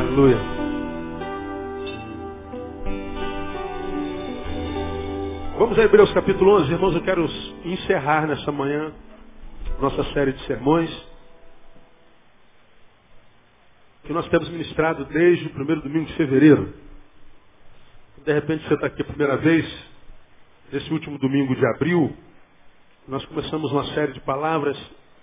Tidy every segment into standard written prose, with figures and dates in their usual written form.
Aleluia. Vamos a Hebreus capítulo 11, irmãos. Eu quero encerrar nessa manhã nossa série de sermões que nós temos ministrado desde o primeiro domingo de fevereiro. De repente você está aqui a primeira vez, nesse último domingo de abril, nós começamos uma série de palavras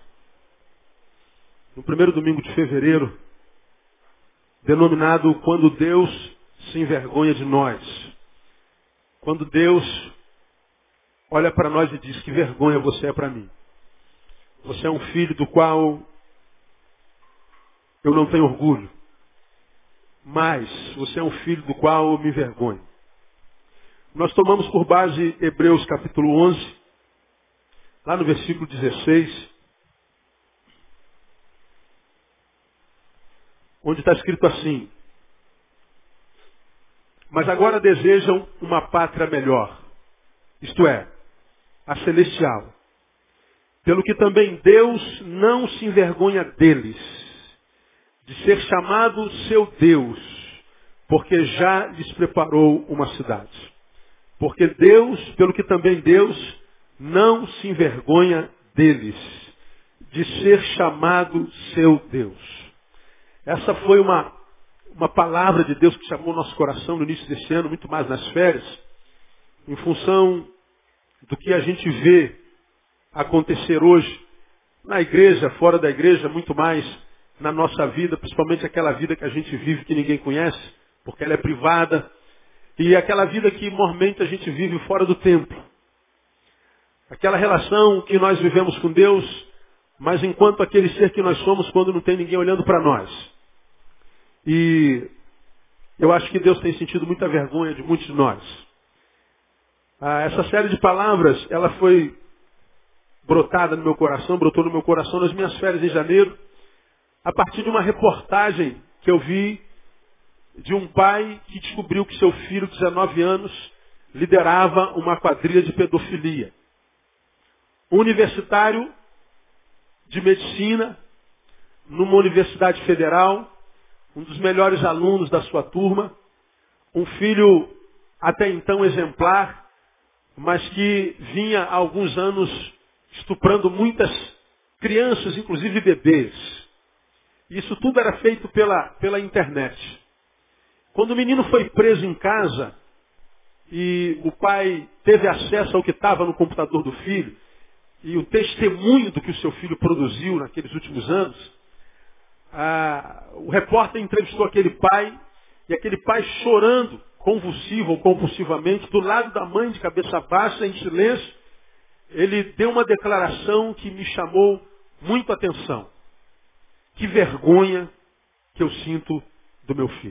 no primeiro domingo de fevereiro, denominado Quando Deus se envergonha de nós. Quando Deus olha para nós e diz: que vergonha você é para mim. Você é um filho do qual eu não tenho orgulho, mas você é um filho do qual eu me envergonho. Nós tomamos por base Hebreus capítulo 11, lá no versículo 16, onde está escrito assim: mas agora desejam uma pátria melhor, isto é, a celestial. Pelo que também Deus não se envergonha deles, de ser chamado seu Deus, porque já lhes preparou uma cidade. Porque Deus, pelo que também Deus não se envergonha deles, de ser chamado seu Deus. Essa foi uma palavra de Deus que chamou nosso coração no início desse ano, muito mais nas férias, em função do que a gente vê acontecer hoje, na igreja, fora da igreja, muito mais na nossa vida, principalmente aquela vida que a gente vive que ninguém conhece, porque ela é privada, e aquela vida que normalmente a gente vive fora do templo. Aquela relação que nós vivemos com Deus, mas enquanto aquele ser que nós somos quando não tem ninguém olhando para nós. E eu acho que Deus tem sentido muita vergonha de muitos de nós. Essa série de palavras, ela foi brotou no meu coração nas minhas férias em janeiro, a partir de uma reportagem que eu vi de um pai que descobriu que seu filho, de 19 anos, liderava uma quadrilha de pedofilia. Um universitário de medicina, numa universidade federal, um dos melhores alunos da sua turma, um filho até então exemplar, mas que vinha há alguns anos estuprando muitas crianças, inclusive bebês. Isso tudo era feito pela internet. Quando o menino foi preso em casa e o pai teve acesso ao que estava no computador do filho e o testemunho do que o seu filho produziu naqueles últimos anos, o repórter entrevistou aquele pai e aquele pai chorando, convulsivo ou compulsivamente, do lado da mãe de cabeça baixa, em silêncio. Ele deu uma declaração que me chamou muito a atenção. Que vergonha que eu sinto do meu filho.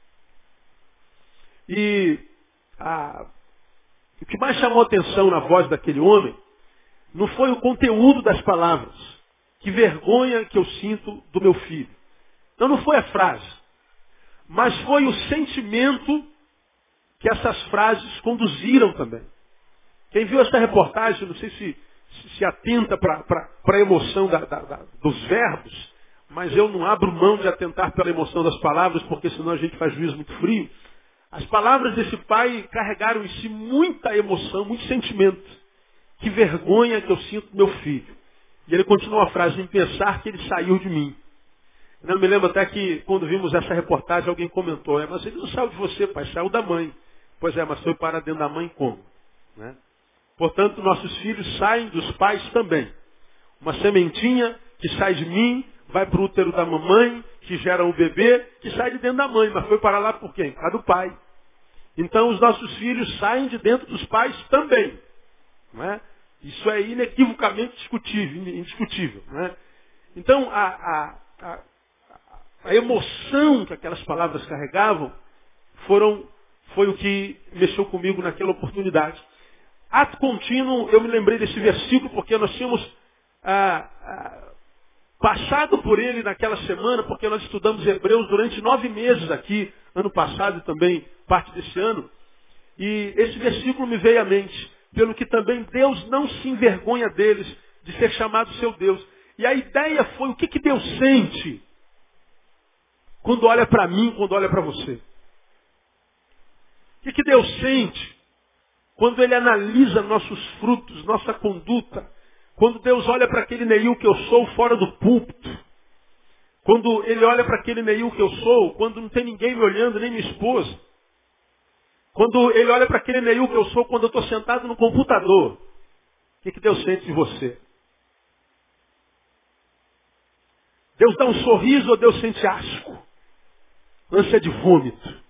E o que mais chamou a atenção na voz daquele homem não foi o conteúdo das palavras. Que vergonha que eu sinto do meu filho. Não foi a frase, mas foi o sentimento que essas frases conduziram também. Quem viu essa reportagem, não sei se atenta para a emoção dos verbos, mas eu não abro mão de atentar pela emoção das palavras, porque senão a gente faz juízo muito frio. As palavras desse pai carregaram em si muita emoção, muito sentimento. Que vergonha que eu sinto do meu filho. E ele continua a frase: em pensar que ele saiu de mim. Eu me lembro até que quando vimos essa reportagem, alguém comentou: mas ele não saiu de você, pai, saiu da mãe. Pois é, mas foi para dentro da mãe como? Né? Portanto, nossos filhos saem dos pais também. Uma sementinha que sai de mim, vai para o útero da mamãe, que gera um bebê, que sai de dentro da mãe. Mas foi para lá por quem? Para do pai. Então, os nossos filhos saem de dentro dos pais também. Não é? Isso é inequivocamente indiscutível. Não é? Então, a emoção que aquelas palavras carregavam foi o que mexeu comigo naquela oportunidade. Ato contínuo, eu me lembrei desse versículo porque nós tínhamos passado por ele naquela semana, porque nós estudamos Hebreus durante 9 meses aqui, ano passado e também parte desse ano. E esse versículo me veio à mente. Pelo que também Deus não se envergonha deles, de ser chamado seu Deus. E a ideia foi: o que Deus sente quando olha para mim, quando olha para você? O que Deus sente quando Ele analisa nossos frutos, nossa conduta? Quando Deus olha para aquele Neil que eu sou fora do púlpito? Quando Ele olha para aquele Neil que eu sou, quando não tem ninguém me olhando, nem minha esposa? Quando Ele olha para aquele Neil que eu sou, quando eu estou sentado no computador? O que Deus sente de você? Deus dá um sorriso ou Deus sente asco? Ânsia de vômito?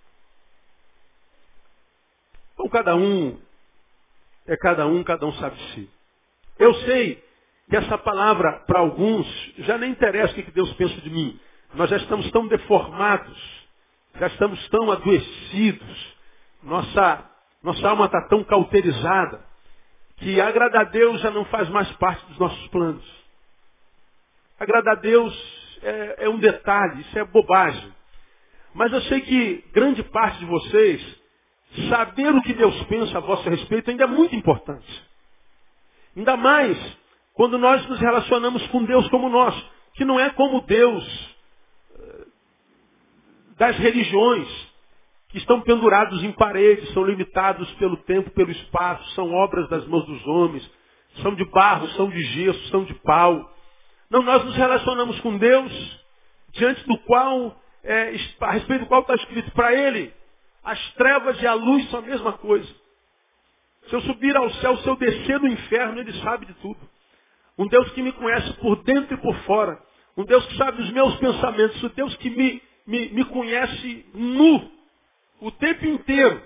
Então cada um cada um sabe de si. Eu sei que essa palavra, para alguns, já nem interessa o que Deus pensa de mim. Nós já estamos tão deformados, já estamos tão adoecidos, nossa alma está tão cauterizada, que agradar a Deus já não faz mais parte dos nossos planos. Agradar a Deus é um detalhe, isso é bobagem. Mas eu sei que grande parte de vocês, saber o que Deus pensa a vosso respeito ainda é muito importante. Ainda mais quando nós nos relacionamos com Deus como nós, que não é como Deus das religiões, que estão pendurados em paredes, são limitados pelo tempo, pelo espaço, são obras das mãos dos homens, são de barro, são de gesso, são de pau. Não, nós nos relacionamos com Deus, diante do qual, a respeito do qual está escrito para Ele, as trevas e a luz são a mesma coisa. Se eu subir ao céu, se eu descer no inferno, Ele sabe de tudo. Um Deus que me conhece por dentro e por fora. Um Deus que sabe os meus pensamentos. Um Deus que me conhece nu, o tempo inteiro.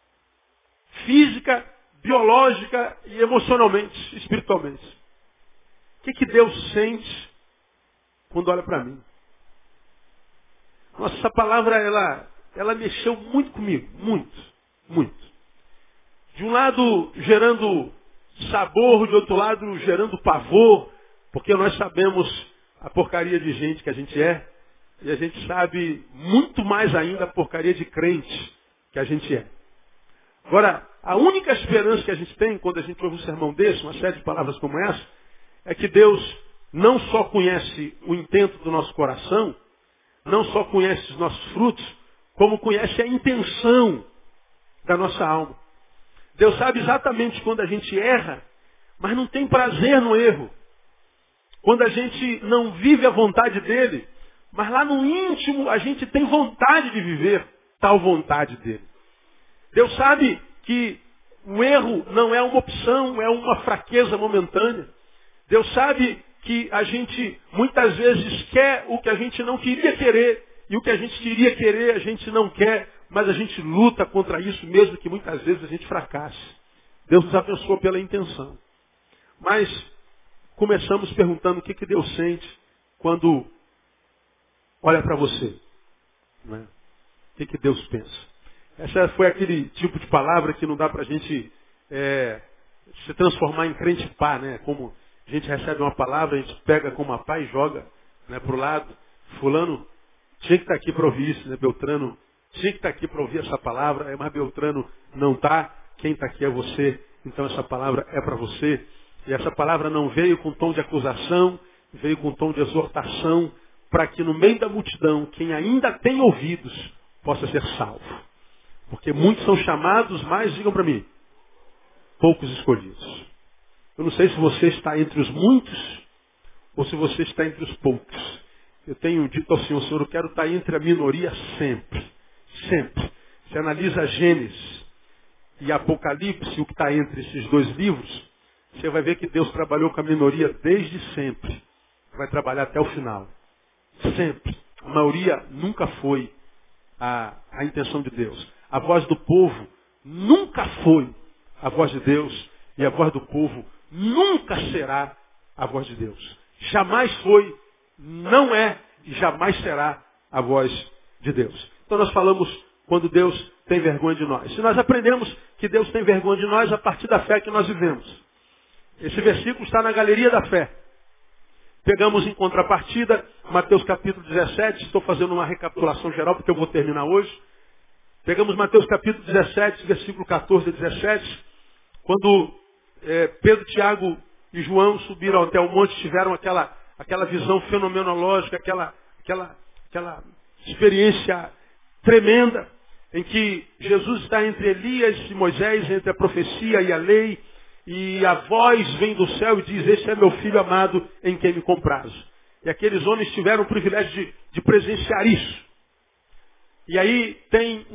Física, biológica e emocionalmente, espiritualmente. O que Deus sente quando olha para mim? Nossa, essa palavra, ela mexeu muito comigo. Muito, muito. De um lado, gerando sabor, de outro lado, gerando pavor, porque nós sabemos a porcaria de gente que a gente é, e a gente sabe muito mais ainda a porcaria de crente que a gente é. Agora, a única esperança que a gente tem quando a gente ouve um sermão desse, uma série de palavras como essa, é que Deus não só conhece o intento do nosso coração, não só conhece os nossos frutos, como conhece a intenção da nossa alma. Deus sabe exatamente quando a gente erra, mas não tem prazer no erro. Quando a gente não vive a vontade dele, mas lá no íntimo a gente tem vontade de viver tal vontade dele. Deus sabe que o erro não é uma opção, é uma fraqueza momentânea. Deus sabe que a gente muitas vezes quer o que a gente não queria querer, e o que a gente queria querer a gente não quer, mas a gente luta contra isso mesmo que muitas vezes a gente fracasse. Deus nos abençoa pela intenção. Mas começamos perguntando o que Deus sente quando olha para você. Não é? O que Deus pensa? Essa foi aquele tipo de palavra que não dá para a gente se transformar em crente pá, né? Como a gente recebe uma palavra, a gente pega com uma pá e joga, né, para o lado. Fulano tinha que estar aqui para ouvir isso, né? Beltrano tinha que estar aqui para ouvir essa palavra, mas Beltrano não está. Quem está aqui é você, então essa palavra é para você. E essa palavra não veio com tom de acusação, veio com tom de exortação, para que no meio da multidão, quem ainda tem ouvidos, possa ser salvo. Porque muitos são chamados, mas, digam para mim, poucos escolhidos. Eu não sei se você está entre os muitos, ou se você está entre os poucos. Eu tenho dito ao Senhor, eu quero estar entre a minoria sempre. Sempre. Você analisa Gênesis e Apocalipse, o que está entre esses dois livros, você vai ver que Deus trabalhou com a minoria desde sempre. Vai trabalhar até o final. Sempre. A maioria nunca foi a intenção de Deus. A voz do povo nunca foi a voz de Deus. E a voz do povo nunca será a voz de Deus. Jamais foi, não é e jamais será a voz de Deus. Então nós falamos quando Deus tem vergonha de nós. Se nós aprendemos que Deus tem vergonha de nós a partir da fé que nós vivemos. Esse versículo está na galeria da fé. Pegamos em contrapartida Mateus capítulo 17, estou fazendo uma recapitulação geral porque eu vou terminar hoje. Pegamos Mateus capítulo 17, versículo 14 e 17, quando Pedro, Tiago e João subiram até o monte, tiveram aquela visão fenomenológica, aquela experiência tremenda, em que Jesus está entre Elias e Moisés, entre a profecia e a lei, e a voz vem do céu e diz, esse é meu filho amado em quem me comprazo. E aqueles homens tiveram o privilégio de presenciar isso. E aí tem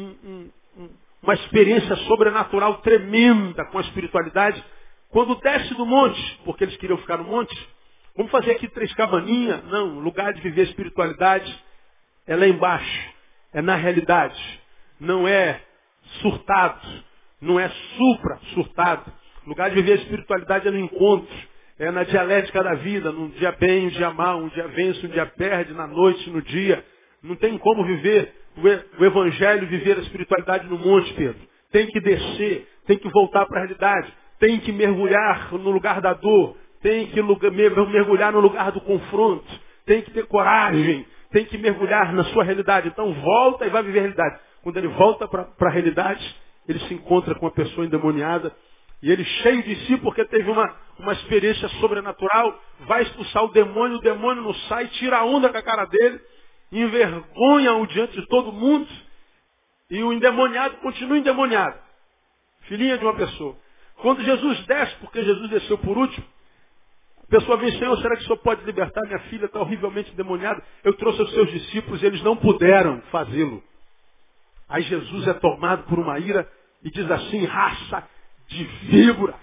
uma experiência sobrenatural tremenda com a espiritualidade. Quando desce do monte, porque eles queriam ficar no monte, vamos fazer aqui 3 cabaninhas. Não, o lugar de viver a espiritualidade é lá embaixo, é na realidade. Não é surtado, não é supra-surtado. O lugar de viver a espiritualidade é no encontro, é na dialética da vida, num dia bem, um dia mal, um dia vence, um dia perde, na noite, no dia. Não tem como viver o evangelho, viver a espiritualidade no monte, Pedro. Tem que descer, tem que voltar para a realidade, tem que mergulhar no lugar da dor, tem que mergulhar no lugar do confronto, tem que ter coragem, tem que mergulhar na sua realidade. Então volta e vai viver a realidade. Quando ele volta para a realidade, ele se encontra com uma pessoa endemoniada, e ele cheio de si, porque teve uma experiência sobrenatural, vai expulsar o demônio não sai, tira a onda com a cara dele, envergonha-o diante de todo mundo, e o endemoniado continua endemoniado. Filhinha de uma pessoa. Quando Jesus desce, porque Jesus desceu por último, a pessoa vem, Senhor, será que o Senhor pode libertar? Minha filha está horrivelmente endemoniada. Eu trouxe os seus discípulos e eles não puderam fazê-lo. Aí Jesus é tomado por uma ira e diz assim, raça de víbora,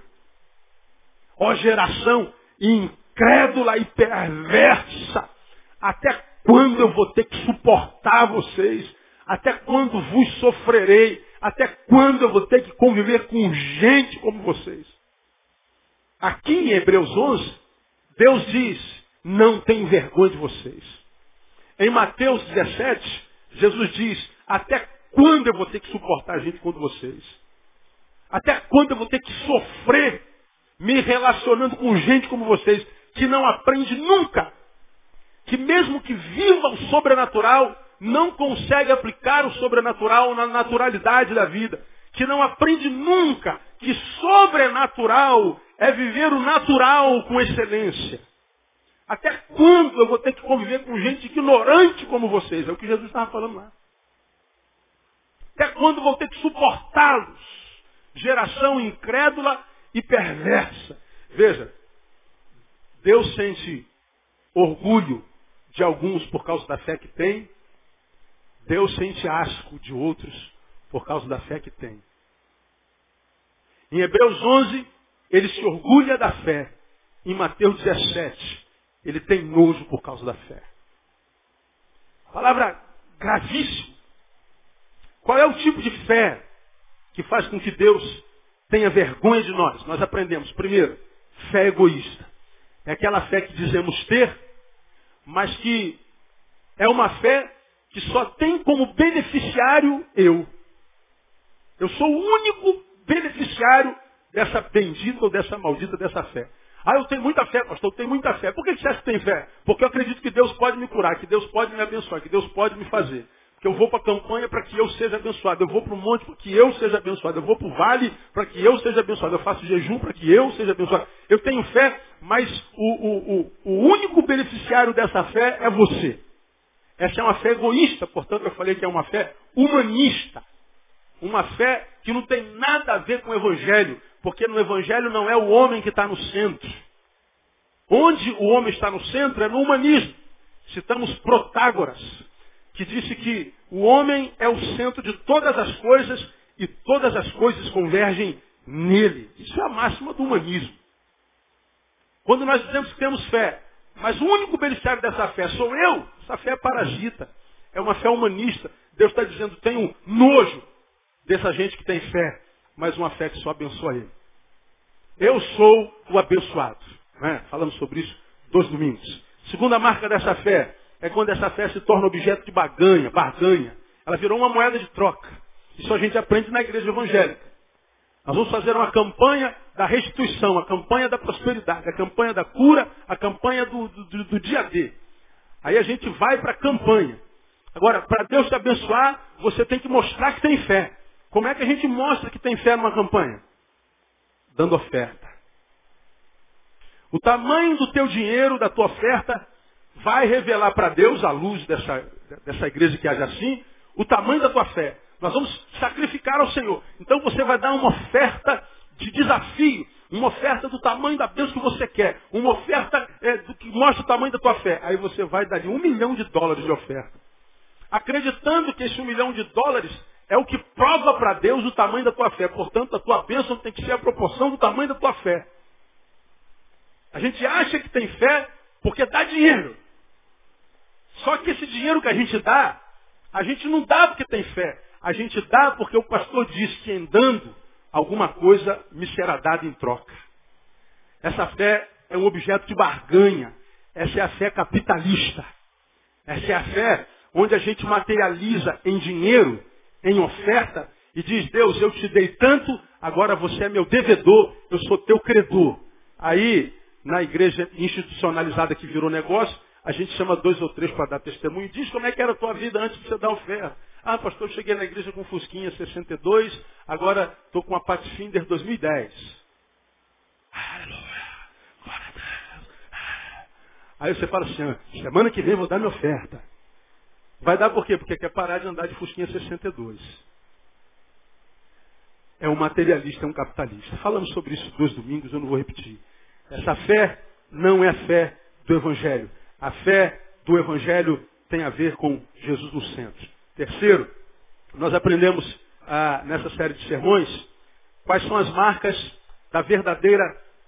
ó geração incrédula e perversa, até quando eu vou ter que suportar vocês? Até quando vos sofrerei? Até quando eu vou ter que conviver com gente como vocês? Aqui em Hebreus 11, Deus diz, não tenho vergonha de vocês. Em Mateus 17, Jesus diz, até quando eu vou ter que suportar gente como vocês? Até quando eu vou ter que sofrer me relacionando com gente como vocês, que não aprende nunca, que mesmo que viva o sobrenatural, não consegue aplicar o sobrenatural na naturalidade da vida, que não aprende nunca que sobrenatural é viver o natural com excelência. Até quando eu vou ter que conviver com gente ignorante como vocês? É o que Jesus estava falando lá. Até quando vou ter que suportá-los? Geração incrédula e perversa. Veja, Deus sente orgulho de alguns por causa da fé que tem. Deus sente asco de outros por causa da fé que tem. Em Hebreus 11, ele se orgulha da fé. Em Mateus 17, ele tem nojo por causa da fé. Palavra gravíssima. Qual é o tipo de fé que faz com que Deus tenha vergonha de nós? Nós aprendemos, primeiro, fé egoísta. É aquela fé que dizemos ter, mas que é uma fé que só tem como beneficiário eu. Eu sou o único beneficiário dessa bendita ou dessa maldita dessa fé. Ah, eu tenho muita fé, pastor, eu tenho muita fé. Por que você acha que tem fé? Porque eu acredito que Deus pode me curar, que Deus pode me abençoar, que Deus pode me fazer. Que eu vou para a campanha para que eu seja abençoado. Eu vou para o monte para que eu seja abençoado. Eu vou para o vale para que eu seja abençoado. Eu faço jejum para que eu seja abençoado. Eu tenho fé, mas o único beneficiário dessa fé é você. Essa é uma fé egoísta, portanto eu falei que é uma fé humanista. Uma fé que não tem nada a ver com o Evangelho. Porque no Evangelho não é o homem que está no centro. Onde o homem está no centro é no humanismo. Citamos Protágoras, que disse que o homem é o centro de todas as coisas e todas as coisas convergem nele. Isso é a máxima do humanismo. Quando nós dizemos que temos fé, mas o único beneficiário dessa fé sou eu, essa fé é parasita, é uma fé humanista. Deus está dizendo, tenho nojo dessa gente que tem fé, mas uma fé que só abençoa ele. Eu sou o abençoado. Né? Falamos sobre isso 2 domingos. Segunda marca dessa fé é quando essa fé se torna objeto de barganha. Ela virou uma moeda de troca. Isso a gente aprende na igreja evangélica. Nós vamos fazer uma campanha da restituição, a campanha da prosperidade, a campanha da cura, a campanha do dia D. Aí a gente vai para a campanha. Agora, para Deus te abençoar, você tem que mostrar que tem fé. Como é que a gente mostra que tem fé numa campanha? Dando oferta. O tamanho do teu dinheiro, da tua oferta, vai revelar para Deus, à luz dessa igreja que age assim, o tamanho da tua fé. Nós vamos sacrificar ao Senhor. Então você vai dar uma oferta de desafio, uma oferta do tamanho da bênção que você quer, uma oferta do que mostra o tamanho da tua fé. Aí você vai dar $1 milhão de oferta. Acreditando que esse $1 milhão é o que prova para Deus o tamanho da tua fé. Portanto, a tua bênção tem que ser a proporção do tamanho da tua fé. A gente acha que tem fé porque dá dinheiro. Só que esse dinheiro que a gente não dá porque tem fé. A gente dá porque o pastor diz que em dando, alguma coisa me será dada em troca. Essa fé é um objeto de barganha. Essa é a fé capitalista. Essa é a fé onde a gente materializa em dinheiro, em oferta, e diz, Deus, eu te dei tanto, agora você é meu devedor, eu sou teu credor. Aí, na igreja institucionalizada que virou negócio, a gente chama 2 ou 3 para dar testemunho e diz como é que era a tua vida antes de você dar oferta. Ah, pastor, eu cheguei na igreja com Fusquinha 62, agora estou com a Pathfinder 2010. Aleluia, glória a Deus. Aí você fala assim, semana que vem eu vou dar minha oferta. Vai dar por quê? Porque quer parar de andar de Fusquinha 62. É um materialista, é um capitalista. Falamos sobre isso 2 domingos, eu não vou repetir. Essa fé não é a fé do Evangelho. A fé do Evangelho tem a ver com Jesus no centro. Terceiro, nós aprendemos nessa série de sermões quais são as marcas da verdadeira,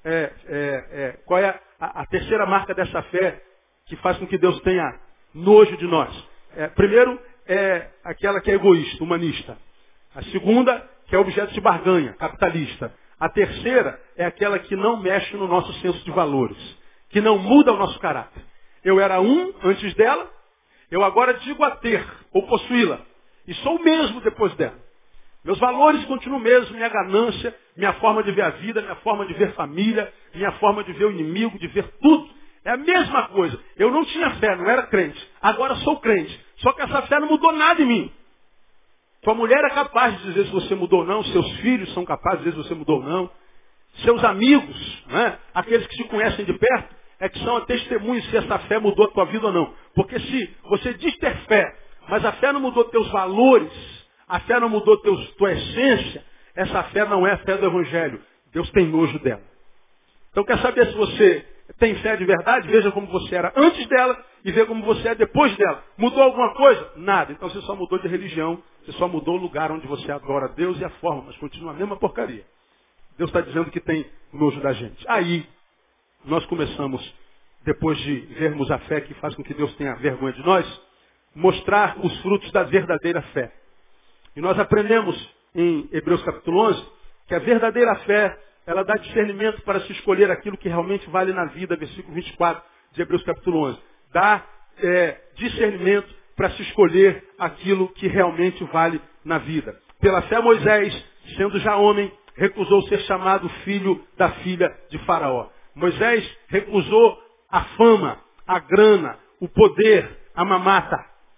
qual é a terceira marca dessa fé que faz com que Deus tenha nojo de nós. Primeiro, é aquela que é egoísta, humanista. A segunda, que é objeto de barganha, capitalista. A terceira é aquela que não mexe no nosso senso de valores, que não muda o nosso caráter. Eu era um antes dela, eu agora digo a ter ou possuí-la. E sou o mesmo depois dela. Meus valores continuam mesmo, minha ganância, minha forma de ver a vida, minha forma de ver família, minha forma de ver o inimigo, de ver tudo. É a mesma coisa. Eu não tinha fé, não era crente. Agora sou crente. Só que essa fé não mudou nada em mim. Tua mulher é capaz de dizer se você mudou ou não. Seus filhos são capazes de dizer se você mudou ou não. Seus amigos, né? Aqueles que te conhecem de perto, é que são a testemunha se essa fé mudou a tua vida ou não. Porque se você diz ter fé, mas a fé não mudou teus valores, a fé não mudou tua essência, essa fé não é a fé do Evangelho. Deus tem nojo dela. Então quer saber se você tem fé de verdade? Veja como você era antes dela e veja como você é depois dela. Mudou alguma coisa? Nada. Então você só mudou de religião, você só mudou o lugar onde você adora a Deus e a forma, mas continua a mesma porcaria. Deus está dizendo que tem nojo da gente. Aí, nós começamos, depois de vermos a fé que faz com que Deus tenha vergonha de nós, mostrar os frutos da verdadeira fé. E nós aprendemos em Hebreus capítulo 11 que a verdadeira fé, ela dá discernimento para se escolher aquilo que realmente vale na vida, versículo 24 de Hebreus capítulo 11. Dá discernimento para se escolher aquilo que realmente vale na vida. Pela fé, Moisés, sendo já homem, recusou ser chamado filho da filha de Faraó. Moisés recusou a fama, a grana, o poder, a mamata.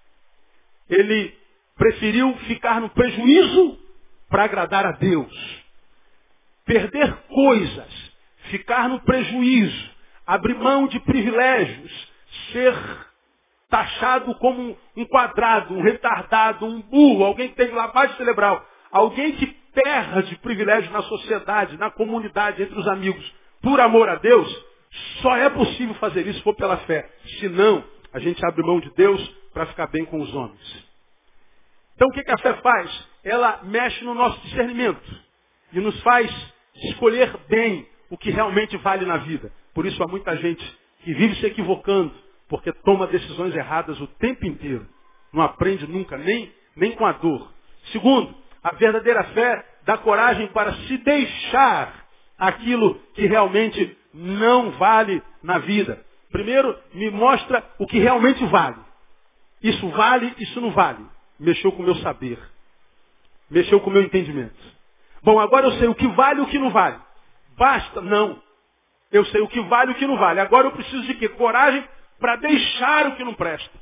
Ele preferiu ficar no prejuízo para agradar a Deus. Perder coisas, ficar no prejuízo, abrir mão de privilégios, ser taxado como um quadrado, um retardado, um burro, alguém que tem lavagem cerebral, alguém que perde privilégio na sociedade, na comunidade, entre os amigos, por amor a Deus, só é possível fazer isso se for pela fé. Senão, a gente abre mão de Deus para ficar bem com os homens. Então o que a fé faz? Ela mexe no nosso discernimento e nos faz escolher bem o que realmente vale na vida. Por isso há muita gente que vive se equivocando, porque toma decisões erradas o tempo inteiro. Não aprende nunca, nem com a dor. Segundo, a verdadeira fé dá coragem para se deixar aquilo que realmente não vale na vida. Primeiro, me mostra o que realmente vale. Isso vale, isso não vale. Mexeu com o meu saber. Mexeu com o meu entendimento. Bom, agora eu sei o que vale e o que não vale. Basta? Não. Eu sei o que vale e o que não vale. Agora eu preciso de quê? Coragem para deixar o que não presta.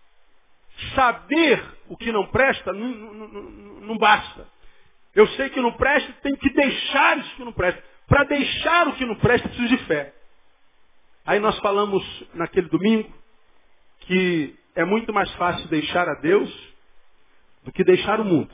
Saber o que não presta não basta. Eu sei que não presta, tenho que deixar isso que não presta. Para deixar o que não presta, preciso de fé. Aí nós falamos naquele domingo que é muito mais fácil deixar a Deus do que deixar o mundo.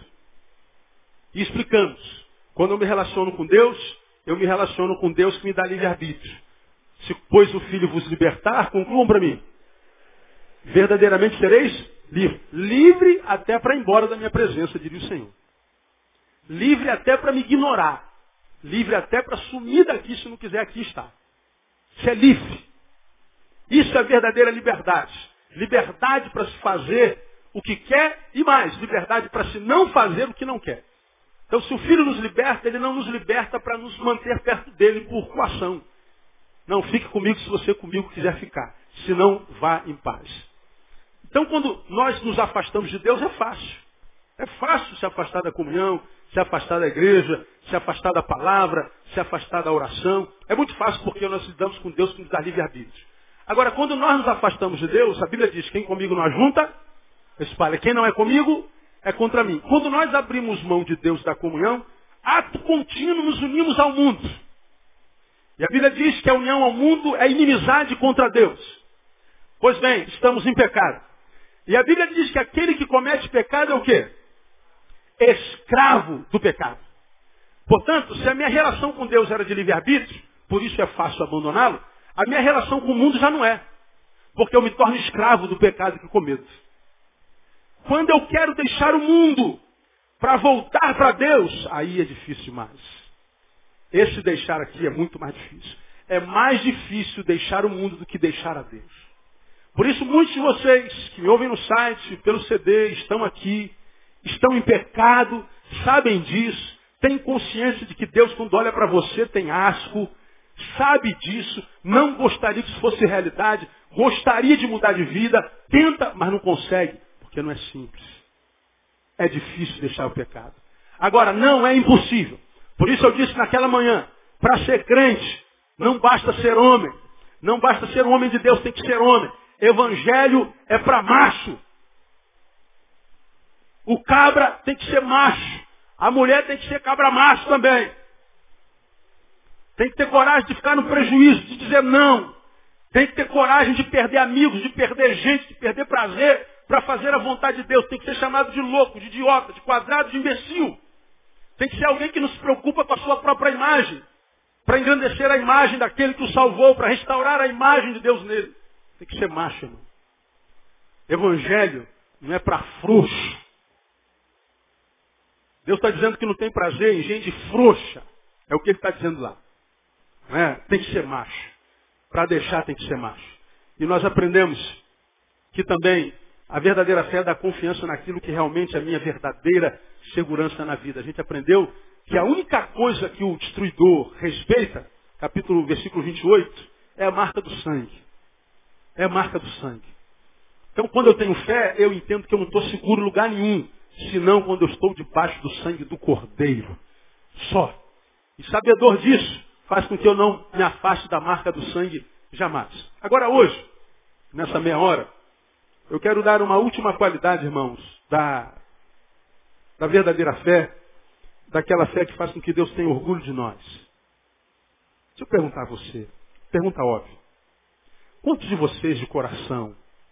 E explicamos. Quando eu me relaciono com Deus, eu me relaciono com Deus que me dá livre-arbítrio. Se, pois, o Filho vos libertar, concluam para mim. Verdadeiramente sereis livre. Livre até para ir embora da minha presença, diria o Senhor. Livre até para me ignorar. Livre até para sumir daqui se não quiser aqui estar. Isso é livre. Isso é verdadeira liberdade. Liberdade para se fazer o que quer e mais. Liberdade para se não fazer o que não quer. Então, se o Filho nos liberta, ele não nos liberta para nos manter perto dele por coação. Não, fique comigo se você comigo quiser ficar. Se não, vá em paz. Então, quando nós nos afastamos de Deus, é fácil. É fácil se afastar da comunhão, se afastar da igreja, se afastar da palavra, se afastar da oração. É muito fácil porque nós lidamos com Deus que nos dá livre-arbítrio. Agora, quando nós nos afastamos de Deus, a Bíblia diz, quem comigo não ajunta, espalha. Quem não é comigo, é contra mim. Quando nós abrimos mão de Deus da comunhão, ato contínuo nos unimos ao mundo. E a Bíblia diz que a união ao mundo é inimizade contra Deus. Pois bem, estamos em pecado. E a Bíblia diz que aquele que comete pecado é o quê? Escravo do pecado. Portanto, se a minha relação com Deus era de livre-arbítrio, por isso é fácil abandoná-lo, a minha relação com o mundo já não é. Porque eu me torno escravo do pecado que cometo. Quando eu quero deixar o mundo para voltar para Deus, aí é difícil mais. Esse deixar aqui é muito mais difícil. É mais difícil deixar o mundo do que deixar a Deus. Por isso, muitos de vocês que me ouvem no site, pelo CD, estão aqui, estão em pecado, sabem disso, têm consciência de que Deus, quando olha para você, tem asco, sabe disso, não gostaria que isso fosse realidade, gostaria de mudar de vida, tenta, mas não consegue, porque não é simples. É difícil deixar o pecado. Agora, não é impossível. Por isso eu disse naquela manhã, para ser crente, não basta ser homem. Não basta ser um homem de Deus, tem que ser homem. Evangelho é para macho. O cabra tem que ser macho. A mulher tem que ser cabra macho também. Tem que ter coragem de ficar no prejuízo, de dizer não. Tem que ter coragem de perder amigos, de perder gente, de perder prazer para fazer a vontade de Deus. Tem que ser chamado de louco, de idiota, de quadrado, de imbecil. Tem que ser alguém que não se preocupa com a sua própria imagem. Para engrandecer a imagem daquele que o salvou, para restaurar a imagem de Deus nele. Tem que ser macho, irmão. Evangelho não é para frouxo. Deus está dizendo que não tem prazer em gente frouxa. É o que ele está dizendo lá. Não é? Tem que ser macho. Para deixar tem que ser macho. E nós aprendemos que também a verdadeira fé dá confiança naquilo que realmente é a minha verdadeira segurança na vida. A gente aprendeu que a única coisa que o destruidor respeita, versículo 28, é a marca do sangue. É a marca do sangue. Então, quando eu tenho fé, eu entendo que eu não estou seguro em lugar nenhum, senão quando eu estou debaixo do sangue do Cordeiro. Só. E sabedor disso, faz com que eu não me afaste da marca do sangue jamais. Agora, hoje, nessa meia hora, eu quero dar uma última qualidade, irmãos, da verdadeira fé, daquela fé que faz com que Deus tenha orgulho de nós. Deixa eu perguntar a você, pergunta óbvia. Quantos de vocês de coração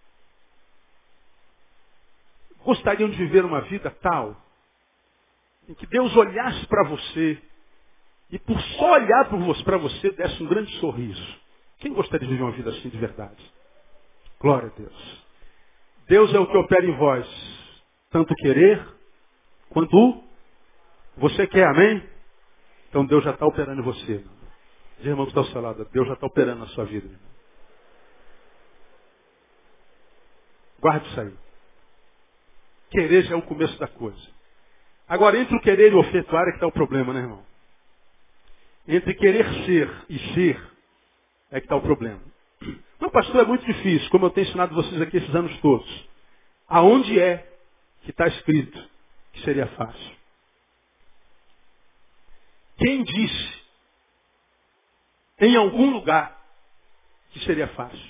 gostariam de viver uma vida tal em que Deus olhasse para você e por só olhar para você desse um grande sorriso? Quem gostaria de viver uma vida assim de verdade? Glória a Deus. Deus é o que opera em vós, tanto querer quanto você quer, amém? Então Deus já está operando em você. Diz, irmão, que está ao seu lado, Deus já está operando na sua vida. Guarde isso aí. Querer já é o começo da coisa. Agora, entre o querer e o efetuar é que está o problema, né, irmão? Entre querer ser e ser é que está o problema. Não, pastor, é muito difícil, como eu tenho ensinado vocês aqui esses anos todos. Aonde é que está escrito que seria fácil? Quem disse em algum lugar que seria fácil?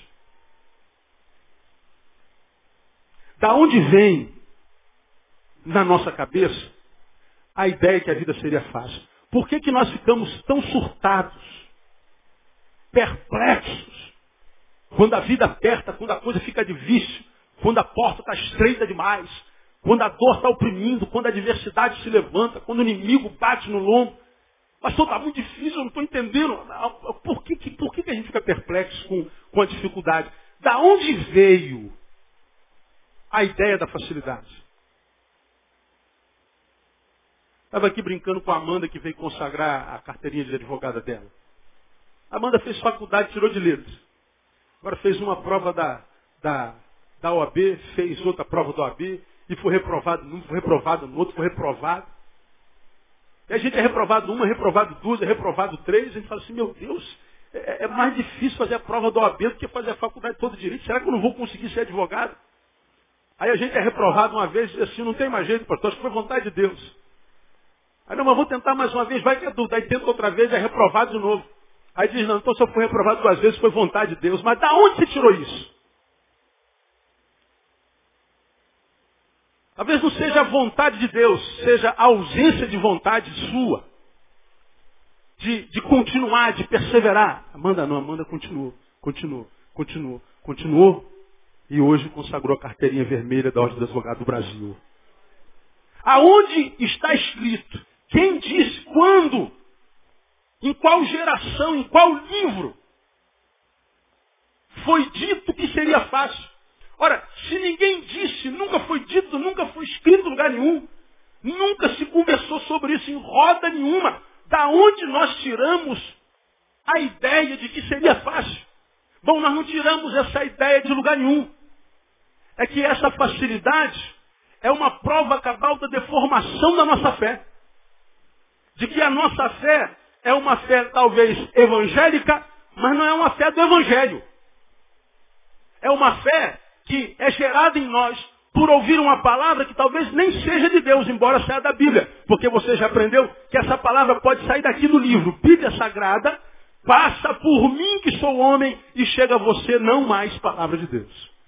Da onde vem na nossa cabeça a ideia que a vida seria fácil? Por que nós ficamos tão surtados, perplexos, quando a vida aperta, quando a coisa fica difícil, quando a porta está estreita demais, quando a dor está oprimindo, quando a adversidade se levanta, quando o inimigo bate no lombo. Pastor, está muito difícil, eu não estou entendendo. Por que a gente fica perplexo com a dificuldade? Da onde veio a ideia da facilidade? Estava aqui brincando com a Amanda, que veio consagrar a carteirinha de advogada dela. A Amanda fez faculdade, tirou de letras. Agora fez uma prova da OAB, fez outra prova da OAB, e foi reprovado num, foi reprovado no outro, foi reprovado. E a gente é reprovado uma, é reprovado duas, é reprovado três, a gente fala assim, meu Deus, é mais difícil fazer a prova da OAB do que fazer a faculdade toda de direito. Será que eu não vou conseguir ser advogado? Aí a gente é reprovado uma vez e diz assim, não tem mais jeito, pastor, acho que foi vontade de Deus. Aí não, mas vou tentar mais uma vez, vai que é dúvida. Aí tenta outra vez, é reprovado de novo. Aí diz, não, então se eu fui reprovado duas vezes, foi vontade de Deus. Mas da onde você tirou isso? Talvez não seja a vontade de Deus, seja a ausência de vontade sua. De continuar, de perseverar. Amanda não, Amanda continuou. E hoje consagrou a carteirinha vermelha da Ordem dos Advogados do Brasil. Aonde está escrito? Quem disse? Quando? Em qual geração? Em qual livro? Foi dito que seria fácil. Ora, se ninguém disse, nunca foi dito, nunca foi escrito em lugar nenhum, nunca se conversou sobre isso em roda nenhuma, da onde nós tiramos a ideia de que seria fácil? Bom, nós não tiramos essa ideia de lugar nenhum. É que essa facilidade é uma prova cabal da deformação da nossa fé. De que a nossa fé é uma fé talvez evangélica, mas não é uma fé do evangelho. É uma fé que é gerada em nós por ouvir uma palavra que talvez nem seja de Deus, embora seja da Bíblia. Porque você já aprendeu que essa palavra pode sair daqui do livro. Bíblia Sagrada, passa por mim que sou homem e chega a você não mais palavra de Deus.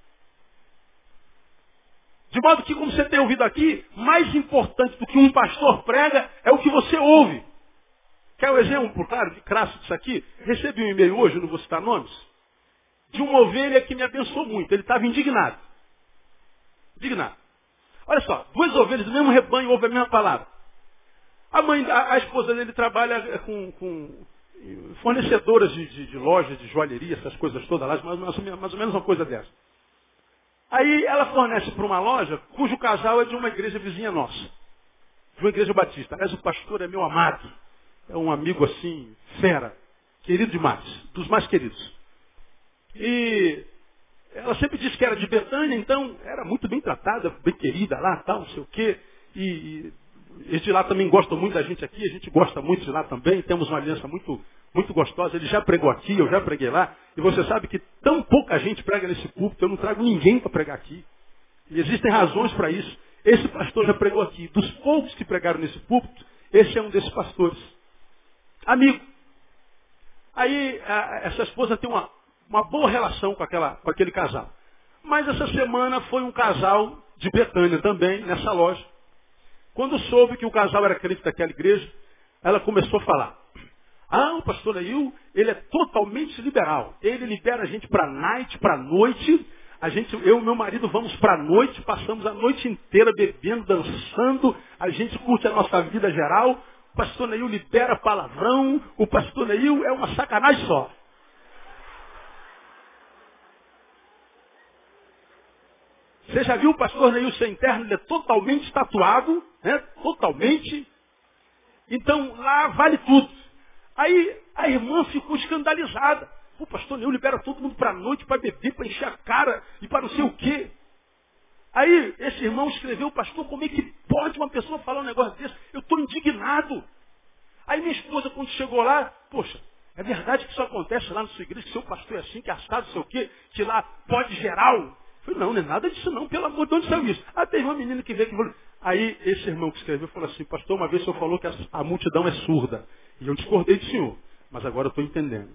De modo que, como você tem ouvido aqui, mais importante do que um pastor prega é o que você ouve. Quer um exemplo, claro, de crasso disso aqui? Recebi um e-mail hoje, não vou citar nomes, de uma ovelha que me abençoou muito. Ele estava indignado. Indignado. Olha só, duas ovelhas do mesmo rebanho ouvem a mesma palavra. A esposa dele trabalha com fornecedoras de lojas, de joalheria, essas coisas todas lá, mais ou menos uma coisa dessa. Aí ela fornece para uma loja cujo casal é de uma igreja vizinha nossa. De uma igreja batista. Aliás, o pastor é meu amado. É um amigo assim, fera. Querido demais. Dos mais queridos. E ela sempre disse que era de Betânia, então era muito bem tratada, bem querida lá, tal, não sei o quê. E eles de lá também gostam muito da gente aqui, a gente gosta muito de lá também, temos uma aliança muito, muito gostosa. Ele já pregou aqui, eu já preguei lá. E você sabe que tão pouca gente prega nesse púlpito, eu não trago ninguém para pregar aqui. E existem razões para isso. Esse pastor já pregou aqui. Dos poucos que pregaram nesse púlpito, esse é um desses pastores. Amigo. Aí essa esposa tem uma boa relação com aquele casal. Mas essa semana foi um casal de Betânia também, nessa loja. Quando soube que o casal era crente daquela igreja, ela começou a falar. O pastor Neil, ele é totalmente liberal. Ele libera a gente para night, para noite. Eu e meu marido vamos para a noite, passamos a noite inteira bebendo, dançando. A gente curte a nossa vida geral. O pastor Neil libera palavrão. O pastor Neil é uma sacanagem só. Você já viu o pastor Neil sem terno? Ele é totalmente tatuado, né? Totalmente. Então lá vale tudo. Aí a irmã ficou escandalizada. O pastor Neil libera todo mundo para a noite, para beber, para encher a cara e para não sei o quê. Aí esse irmão escreveu, pastor, como é que pode uma pessoa falar um negócio desse? Eu estou indignado. Aí minha esposa, quando chegou lá, poxa, é verdade que isso acontece lá na sua igreja, que seu pastor é assim, que é assado, não sei o quê, que lá pode geral. Eu falei, não é nada disso não, pelo amor de Deus, onde saiu isso? Teve uma menina que veio que falou. Aí esse irmão que escreveu falou assim, pastor, uma vez o senhor falou que a multidão é surda. E eu discordei do senhor, mas agora eu estou entendendo.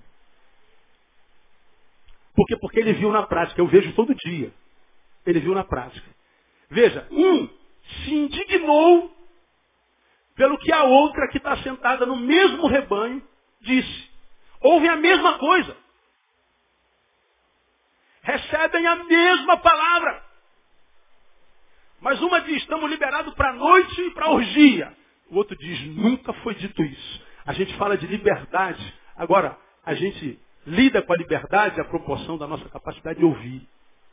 Por quê? Porque ele viu na prática, eu vejo todo dia. Ele viu na prática. Veja, se indignou pelo que a outra que está sentada no mesmo rebanho disse. Ouvem a mesma coisa. Recebem a mesma palavra. Mas uma diz, estamos liberados para a noite e para a orgia. O outro diz, nunca foi dito isso. A gente fala de liberdade. Agora, a gente lida com a liberdade à proporção da nossa capacidade de ouvir.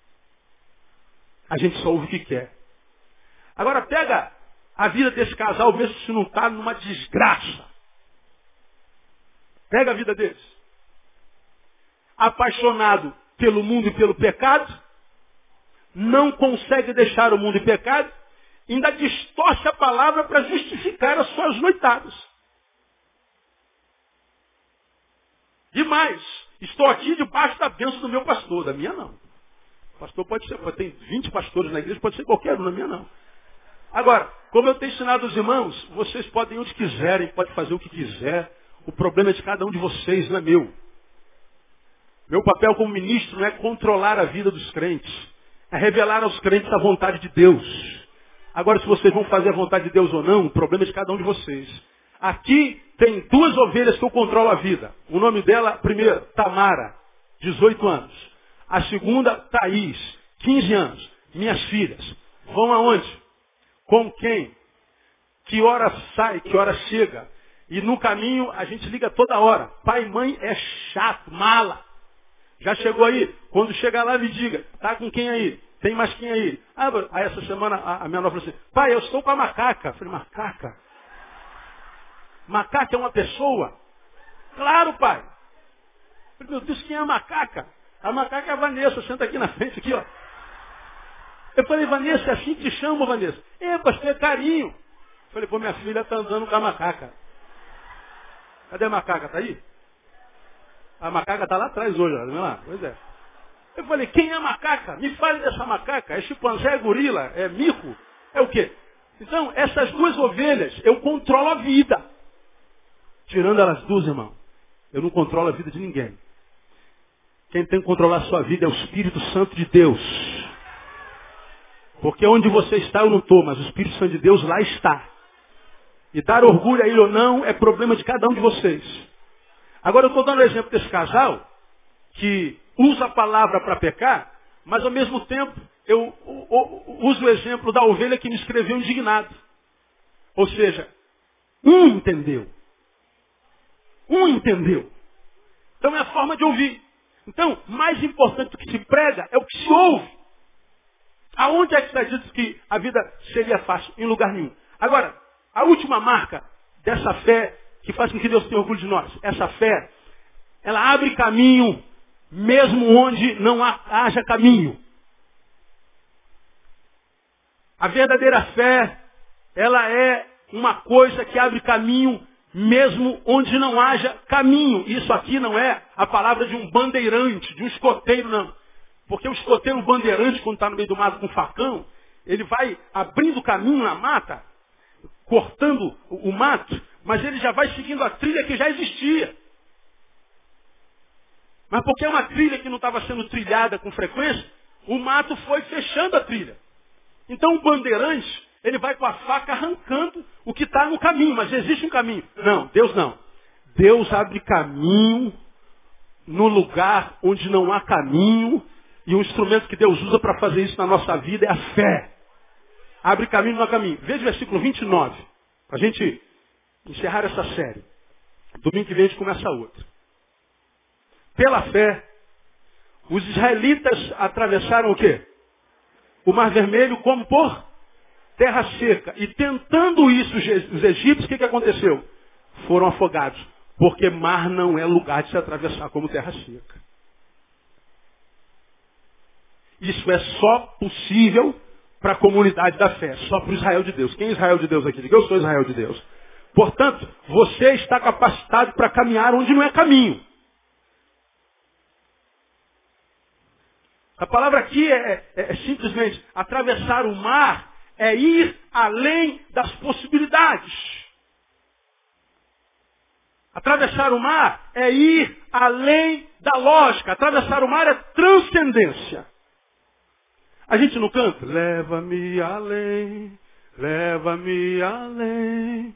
A gente só ouve o que quer. Agora pega a vida desse casal, mesmo se não está numa desgraça. Pega a vida deles. Apaixonado pelo mundo e pelo pecado, não consegue deixar o mundo e pecado, ainda distorce a palavra para justificar as suas noitadas. E mais, estou aqui debaixo da bênção do meu pastor, da minha não. O pastor pode ser, tem 20 pastores na igreja, pode ser qualquer um, na minha não. Agora, como eu tenho ensinado os irmãos, vocês podem ir onde quiserem, podem fazer o que quiser. O problema é de cada um de vocês, não é meu. Meu papel como ministro não é controlar a vida dos crentes, é revelar aos crentes a vontade de Deus. Agora, se vocês vão fazer a vontade de Deus ou não, o problema é de cada um de vocês. Aqui tem 2 ovelhas que eu controlo a vida. O nome dela, primeiro, Tamara, 18 anos. A segunda, Thaís, 15 anos. Minhas filhas. Vão aonde? Com quem? Que hora sai, que hora chega? E no caminho a gente liga toda hora. Pai e mãe é chato, mala. Já chegou aí? Quando chegar lá me diga, tá com quem aí? Tem mais quem aí? Aí essa semana a minha nova falou assim, pai, eu estou com a macaca. Eu falei, macaca? Macaca é uma pessoa? Claro, pai. Eu falei, meu Deus, quem é a macaca? A macaca é a Vanessa, senta aqui na frente, aqui, ó. Eu falei, Vanessa, é assim que te chamo, Vanessa? Pastor, é carinho. Eu falei, pô, minha filha está andando com a macaca. Cadê a macaca? Está aí? A macaca está lá atrás hoje, olha lá. Pois é. Eu falei, quem é a macaca? Me fale dessa macaca. É chimpanzé, é gorila, é mico? É o quê? Então, essas 2 ovelhas, eu controlo a vida. Tirando elas 2, irmão. Eu não controlo a vida de ninguém. Quem tem que controlar a sua vida é o Espírito Santo de Deus. Porque onde você está eu não estou, mas o Espírito Santo de Deus lá está. E dar orgulho a ele ou não é problema de cada um de vocês. Agora eu estou dando o exemplo desse casal que usa a palavra para pecar, mas ao mesmo tempo eu uso o exemplo da ovelha que me escreveu indignado. Ou seja, um entendeu. Então é a forma de ouvir. Então, mais importante do que se prega é o que se ouve. Aonde é que está dito que a vida seria fácil? Em lugar nenhum. Agora, a última marca dessa fé que faz com que Deus tenha orgulho de nós. Essa fé, ela abre caminho mesmo onde não haja caminho. A verdadeira fé, ela é uma coisa que abre caminho mesmo onde não haja caminho. Isso aqui não é a palavra de um bandeirante, de um escoteiro, não. Porque o escoteiro bandeirante, quando está no meio do mato com um facão, ele vai abrindo caminho na mata, cortando o mato, mas ele já vai seguindo a trilha que já existia. Mas porque é uma trilha que não estava sendo trilhada com frequência, o mato foi fechando a trilha. Então o bandeirante, ele vai com a faca arrancando o que está no caminho, mas existe um caminho. Não, Deus não. Deus abre caminho no lugar onde não há caminho, e o instrumento que Deus usa para fazer isso na nossa vida é a fé. Abre caminho no caminho. Veja o versículo 29, para a gente encerrar essa série. Domingo que vem a gente começa outra. Pela fé, os israelitas atravessaram o quê? O Mar Vermelho como por terra seca. E tentando isso os egípcios, o que aconteceu? Foram afogados. Porque mar não é lugar de se atravessar como terra seca. Isso é só possível para a comunidade da fé, só para o Israel de Deus. Quem é Israel de Deus aqui? Diga, eu sou Israel de Deus. Portanto, você está capacitado para caminhar onde não é caminho. A palavra aqui é simplesmente atravessar o mar, é ir além das possibilidades. Atravessar o mar é ir além da lógica. Atravessar o mar é transcendência. A gente não canta? Leva-me além, leva-me além.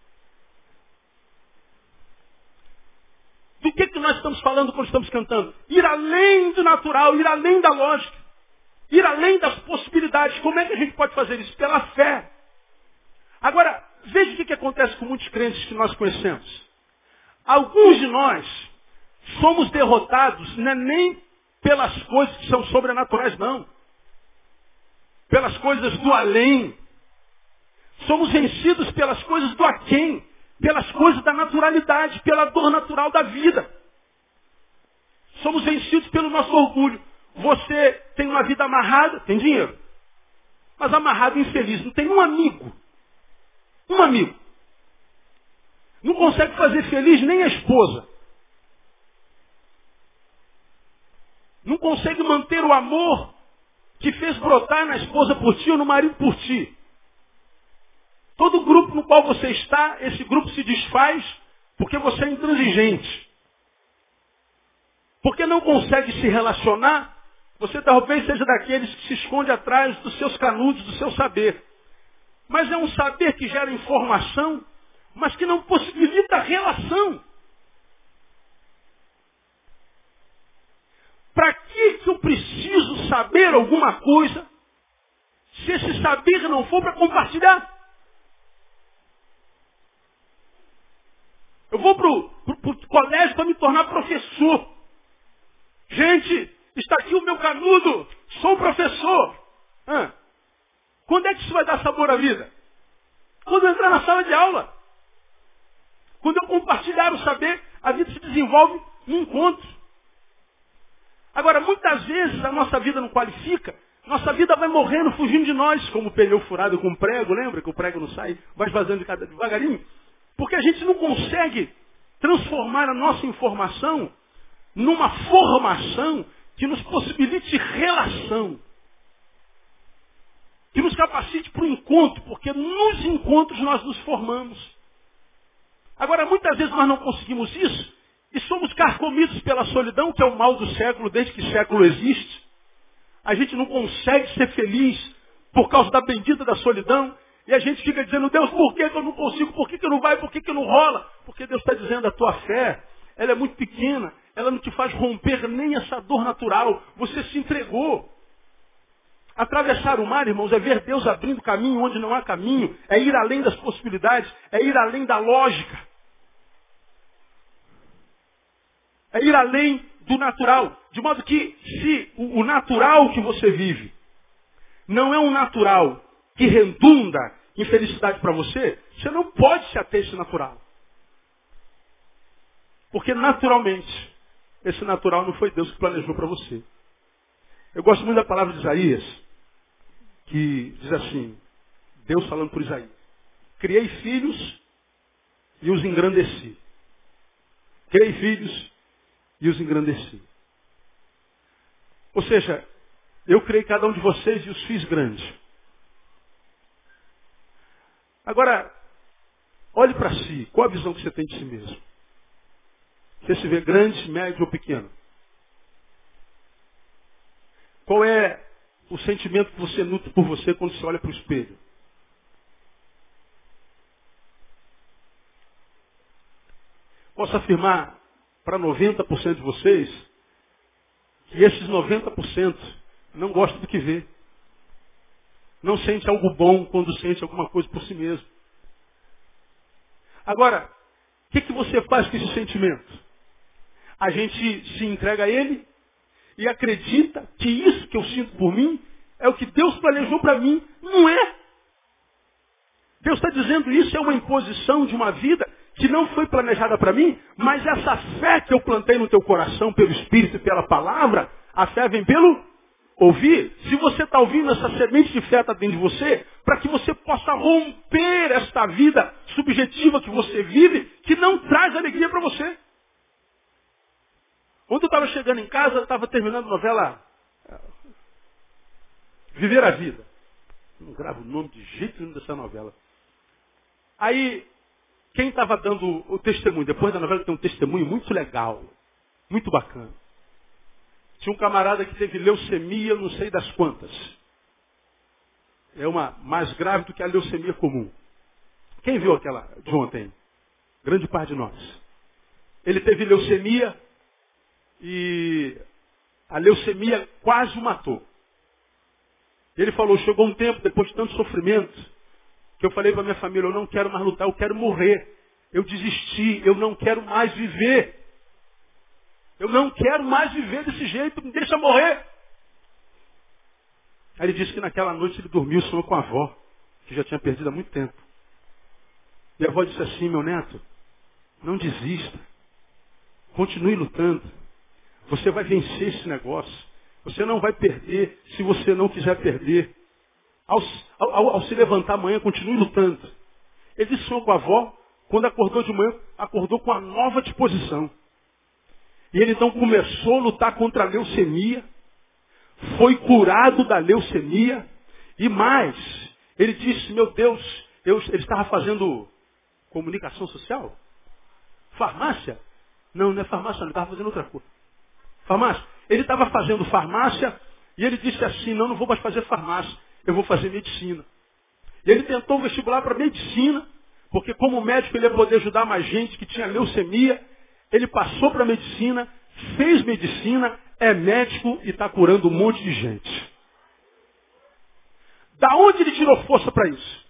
Do que nós estamos falando quando estamos cantando? Ir além do natural, ir além da lógica. Ir além das possibilidades. Como é que a gente pode fazer isso? Pela fé. Agora, veja o que acontece com muitos crentes que nós conhecemos. Alguns de nós somos derrotados não é nem pelas coisas que são sobrenaturais, não. Pelas coisas do além. Somos vencidos pelas coisas do aquém. Pelas coisas da naturalidade, pela dor natural da vida. Somos vencidos pelo nosso orgulho. Você tem uma vida amarrada, tem dinheiro. Mas amarrado e infeliz, não tem um amigo. Um amigo. Não consegue fazer feliz nem a esposa. Não consegue manter o amor que fez brotar na esposa por ti ou no marido por ti. Todo grupo no qual você está, esse grupo se desfaz porque você é intransigente. Porque não consegue se relacionar, você talvez seja daqueles que se esconde atrás dos seus canudos, do seu saber. Mas é um saber que gera informação, mas que não possibilita a relação. Para que eu preciso saber alguma coisa, se esse saber não for para compartilhar? Eu vou para o colégio para me tornar professor. Gente, está aqui o meu canudo, sou professor. Quando é que isso vai dar sabor à vida? Quando eu entrar na sala de aula. Quando eu compartilhar o saber, a vida se desenvolve no encontro. Agora, muitas vezes a nossa vida não qualifica, nossa vida vai morrendo, fugindo de nós, como o pneu furado com prego, lembra que o prego não sai, vai esvaziando devagarinho? Porque a gente não consegue transformar a nossa informação numa formação que nos possibilite relação. Que nos capacite para o encontro, porque nos encontros nós nos formamos. Agora, muitas vezes nós não conseguimos isso e somos carcomidos pela solidão, que é o mal do século, desde que o século existe. A gente não consegue ser feliz por causa da bendita da solidão. E a gente fica dizendo, Deus, por que eu não consigo? Por que eu não vai? Por que não rola? Porque Deus está dizendo, a tua fé, ela é muito pequena. Ela não te faz romper nem essa dor natural. Você se entregou. Atravessar o mar, irmãos, é ver Deus abrindo caminho onde não há caminho. É ir além das possibilidades. É ir além da lógica. É ir além do natural. De modo que, se o natural que você vive não é um natural que redunda em felicidade para você, você não pode se ater a esse natural. Porque naturalmente, esse natural não foi Deus que planejou para você. Eu gosto muito da palavra de Isaías, que diz assim, Deus falando por Isaías, criei filhos e os engrandeci. Criei filhos e os engrandeci. Ou seja, eu criei cada um de vocês e os fiz grandes. Agora, olhe para si, qual a visão que você tem de si mesmo? Você se vê grande, médio ou pequeno? Qual é o sentimento que você nutre por você quando você olha para o espelho? Posso afirmar para 90% de vocês que esses 90% não gostam do que vê. Não sente algo bom quando sente alguma coisa por si mesmo. Agora, o que você faz com esse sentimento? A gente se entrega a ele e acredita que isso que eu sinto por mim é o que Deus planejou para mim. Não é. Deus está dizendo isso é uma imposição de uma vida que não foi planejada para mim, mas essa fé que eu plantei no teu coração pelo Espírito e pela palavra, a fé vem pelo ouvir. Se você está ouvindo, essa semente de fé está dentro de você, para que você possa romper esta vida subjetiva que você vive, que não traz alegria para você. Ontem eu estava chegando em casa, eu estava terminando a novela Viver a Vida. Não gravo o nome de jeito nenhum dessa novela. Aí, quem estava dando o testemunho? Depois da novela tem um testemunho muito legal, muito bacana. Tinha um camarada que teve leucemia, não sei das quantas. É uma mais grave do que a leucemia comum. Quem viu aquela de ontem? Grande parte de nós. Ele teve leucemia e a leucemia quase o matou. Ele falou, chegou um tempo, depois de tanto sofrimento, que eu falei para minha família, eu não quero mais lutar, eu quero morrer. Eu desisti, eu não quero mais viver. Eu não quero mais viver desse jeito, me deixa morrer. Aí ele disse que naquela noite ele dormiu, sonhou com a avó, que já tinha perdido há muito tempo. E a avó disse assim, meu neto, não desista. Continue lutando. Você vai vencer esse negócio. Você não vai perder se você não quiser perder. Ao se levantar amanhã, continue lutando. Ele disse sonhou com a avó, quando acordou de manhã, acordou com uma nova disposição. E ele então começou a lutar contra a leucemia, foi curado da leucemia, e mais, ele disse, meu Deus, ele estava fazendo comunicação social? Farmácia? Não, não é farmácia, ele estava fazendo outra coisa. Farmácia? Ele estava fazendo farmácia, e ele disse assim, não vou mais fazer farmácia, eu vou fazer medicina. E ele tentou o vestibular para medicina, porque como médico ele ia poder ajudar mais gente que tinha leucemia. Ele passou para medicina, fez medicina, é médico e está curando um monte de gente. Da onde ele tirou força para isso?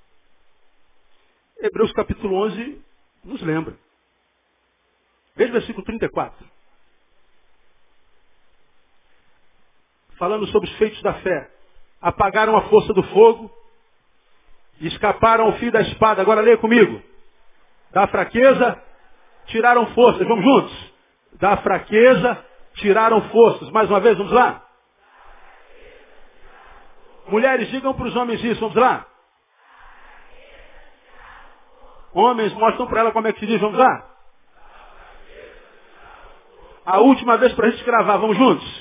Hebreus capítulo 11 nos lembra. Veja o versículo 34. Falando sobre os feitos da fé. Apagaram a força do fogo e escaparam ao fio da espada. Agora leia comigo. Da fraqueza, tiraram forças. Vamos juntos. Da fraqueza, tiraram forças. Mais uma vez, vamos lá. Mulheres, digam para os homens isso. Vamos lá. Homens, mostram para ela como é que se diz. Vamos lá. A última vez para a gente gravar. Vamos juntos.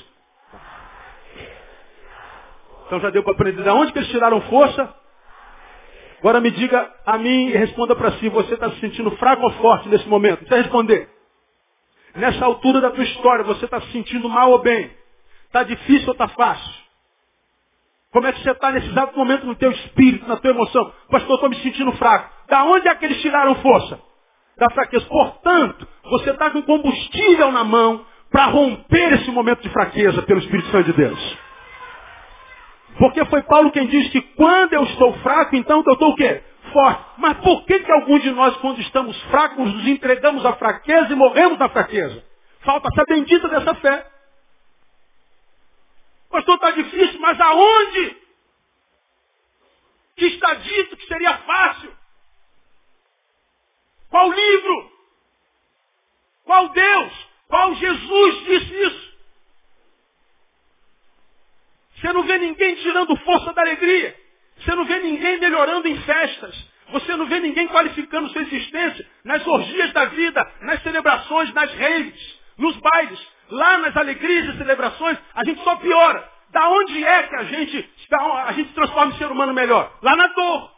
Então já deu para aprender. De onde que eles tiraram força? Agora me diga a mim e responda para si. Você está se sentindo fraco ou forte nesse momento? Não precisa responder. Nessa altura da tua história, você está se sentindo mal ou bem? Está difícil ou está fácil? Como é que você está nesse exato momento no teu espírito, na tua emoção? Pastor, eu estou me sentindo fraco. Da onde é que eles tiraram força? Da fraqueza. Portanto, você está com combustível na mão para romper esse momento de fraqueza pelo Espírito Santo de Deus. Porque foi Paulo quem diz que quando eu estou fraco, então eu estou o quê? Forte. Mas por que alguns de nós, quando estamos fracos, nos entregamos à fraqueza e morremos na fraqueza? Falta essa bendita dessa fé. Pastor, está difícil, mas aonde que está dito que seria fácil? Qual livro? Qual Deus? Qual Jesus disse isso? Você não vê ninguém tirando força da alegria. Você não vê ninguém melhorando em festas. Você não vê ninguém qualificando sua existência nas orgias da vida, nas celebrações, nas raves, nos bailes. Lá nas alegrias e celebrações, a gente só piora. Da onde é que a gente se transforma em ser humano melhor? Lá na dor.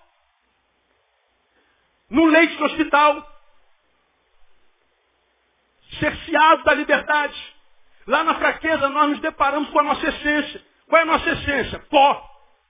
No leite do hospital. Cerceado da liberdade. Lá na fraqueza nós nos deparamos com a nossa essência. Qual é a nossa essência? Pó.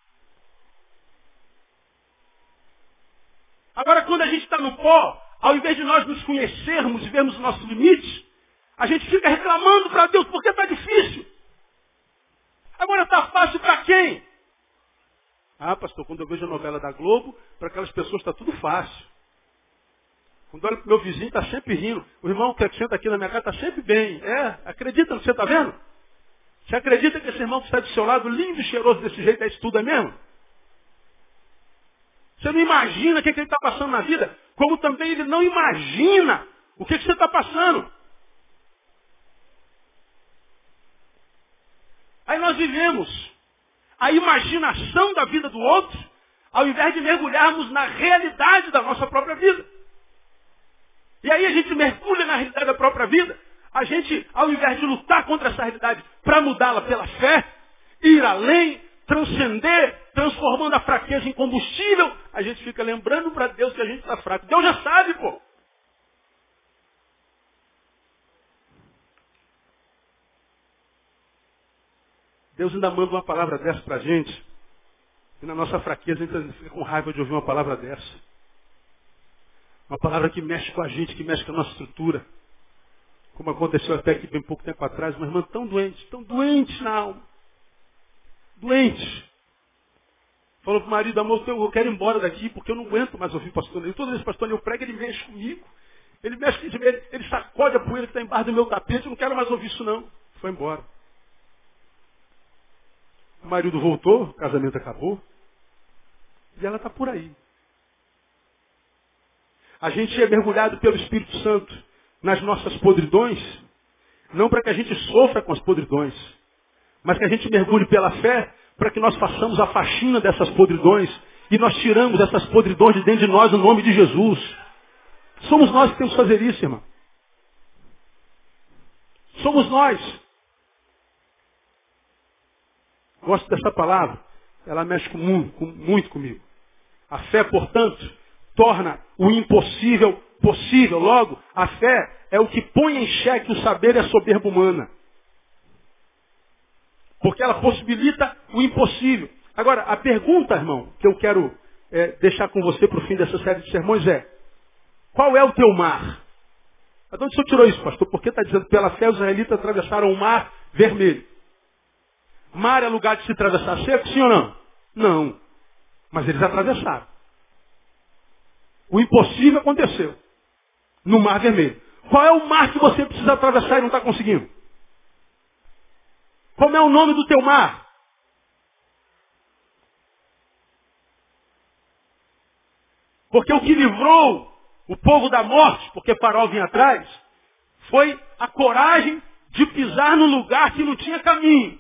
Agora, quando a gente está no pó, ao invés de nós nos conhecermos e vermos os nossos limites, a gente fica reclamando para Deus porque está difícil. Agora está fácil para quem? Ah, pastor, quando eu vejo a novela da Globo, para aquelas pessoas está tudo fácil. Quando olho para o meu vizinho, está sempre rindo. O irmão que senta aqui na minha casa está sempre bem. Acredita no que você está vendo? Você acredita que esse irmão que está do seu lado, lindo e cheiroso desse jeito, é isso tudo, é mesmo? Você não imagina o que ele está passando na vida, como também ele não imagina o que você está passando. Aí nós vivemos a imaginação da vida do outro, ao invés de mergulharmos na realidade da nossa própria vida. E aí a gente mergulha na realidade da própria vida. A gente, ao invés de lutar contra essa realidade para mudá-la pela fé, ir além, transcender, transformando a fraqueza em combustível, a gente fica lembrando para Deus que a gente está fraco. Deus já sabe, pô. Deus ainda manda uma palavra dessa para a gente. E na nossa fraqueza a gente fica com raiva de ouvir uma palavra dessa. Uma palavra que mexe com a gente, que mexe com a nossa estrutura. Como aconteceu até aqui bem pouco tempo atrás, uma irmã tão doente na alma. Doente. Falou para o marido, amor, eu quero ir embora daqui porque eu não aguento mais ouvir pastor Neil. Toda vez que o pastor Neil prega, ele mexe comigo. Ele mexe, ele sacode a poeira que está embaixo do meu tapete. Eu não quero mais ouvir isso não. Foi embora. O marido voltou, o casamento acabou. E ela está por aí. A gente é mergulhado pelo Espírito Santo nas nossas podridões, não para que a gente sofra com as podridões, mas que a gente mergulhe pela fé para que nós façamos a faxina dessas podridões e nós tiramos essas podridões de dentro de nós no nome de Jesus. Somos nós que temos que fazer isso, irmão. Somos nós. Gosto dessa palavra. Ela mexe muito comigo. A fé, portanto, torna o impossível possível. Logo, a fé é o que põe em xeque o saber e a soberba humana. Porque ela possibilita o impossível. Agora, a pergunta, irmão, que eu quero deixar com você para o fim dessa série de sermões é: qual é o teu mar? De onde o senhor tirou isso, pastor? Porque está dizendo que pela fé os israelitas atravessaram o mar vermelho. Mar é lugar de se atravessar seco, sim ou não? Não. Mas eles atravessaram. O impossível aconteceu. No mar vermelho. Qual é o mar que você precisa atravessar e não está conseguindo? Como é o nome do teu mar? Porque o que livrou o povo da morte, porque Faraó vinha atrás, foi a coragem de pisar no lugar que não tinha caminho.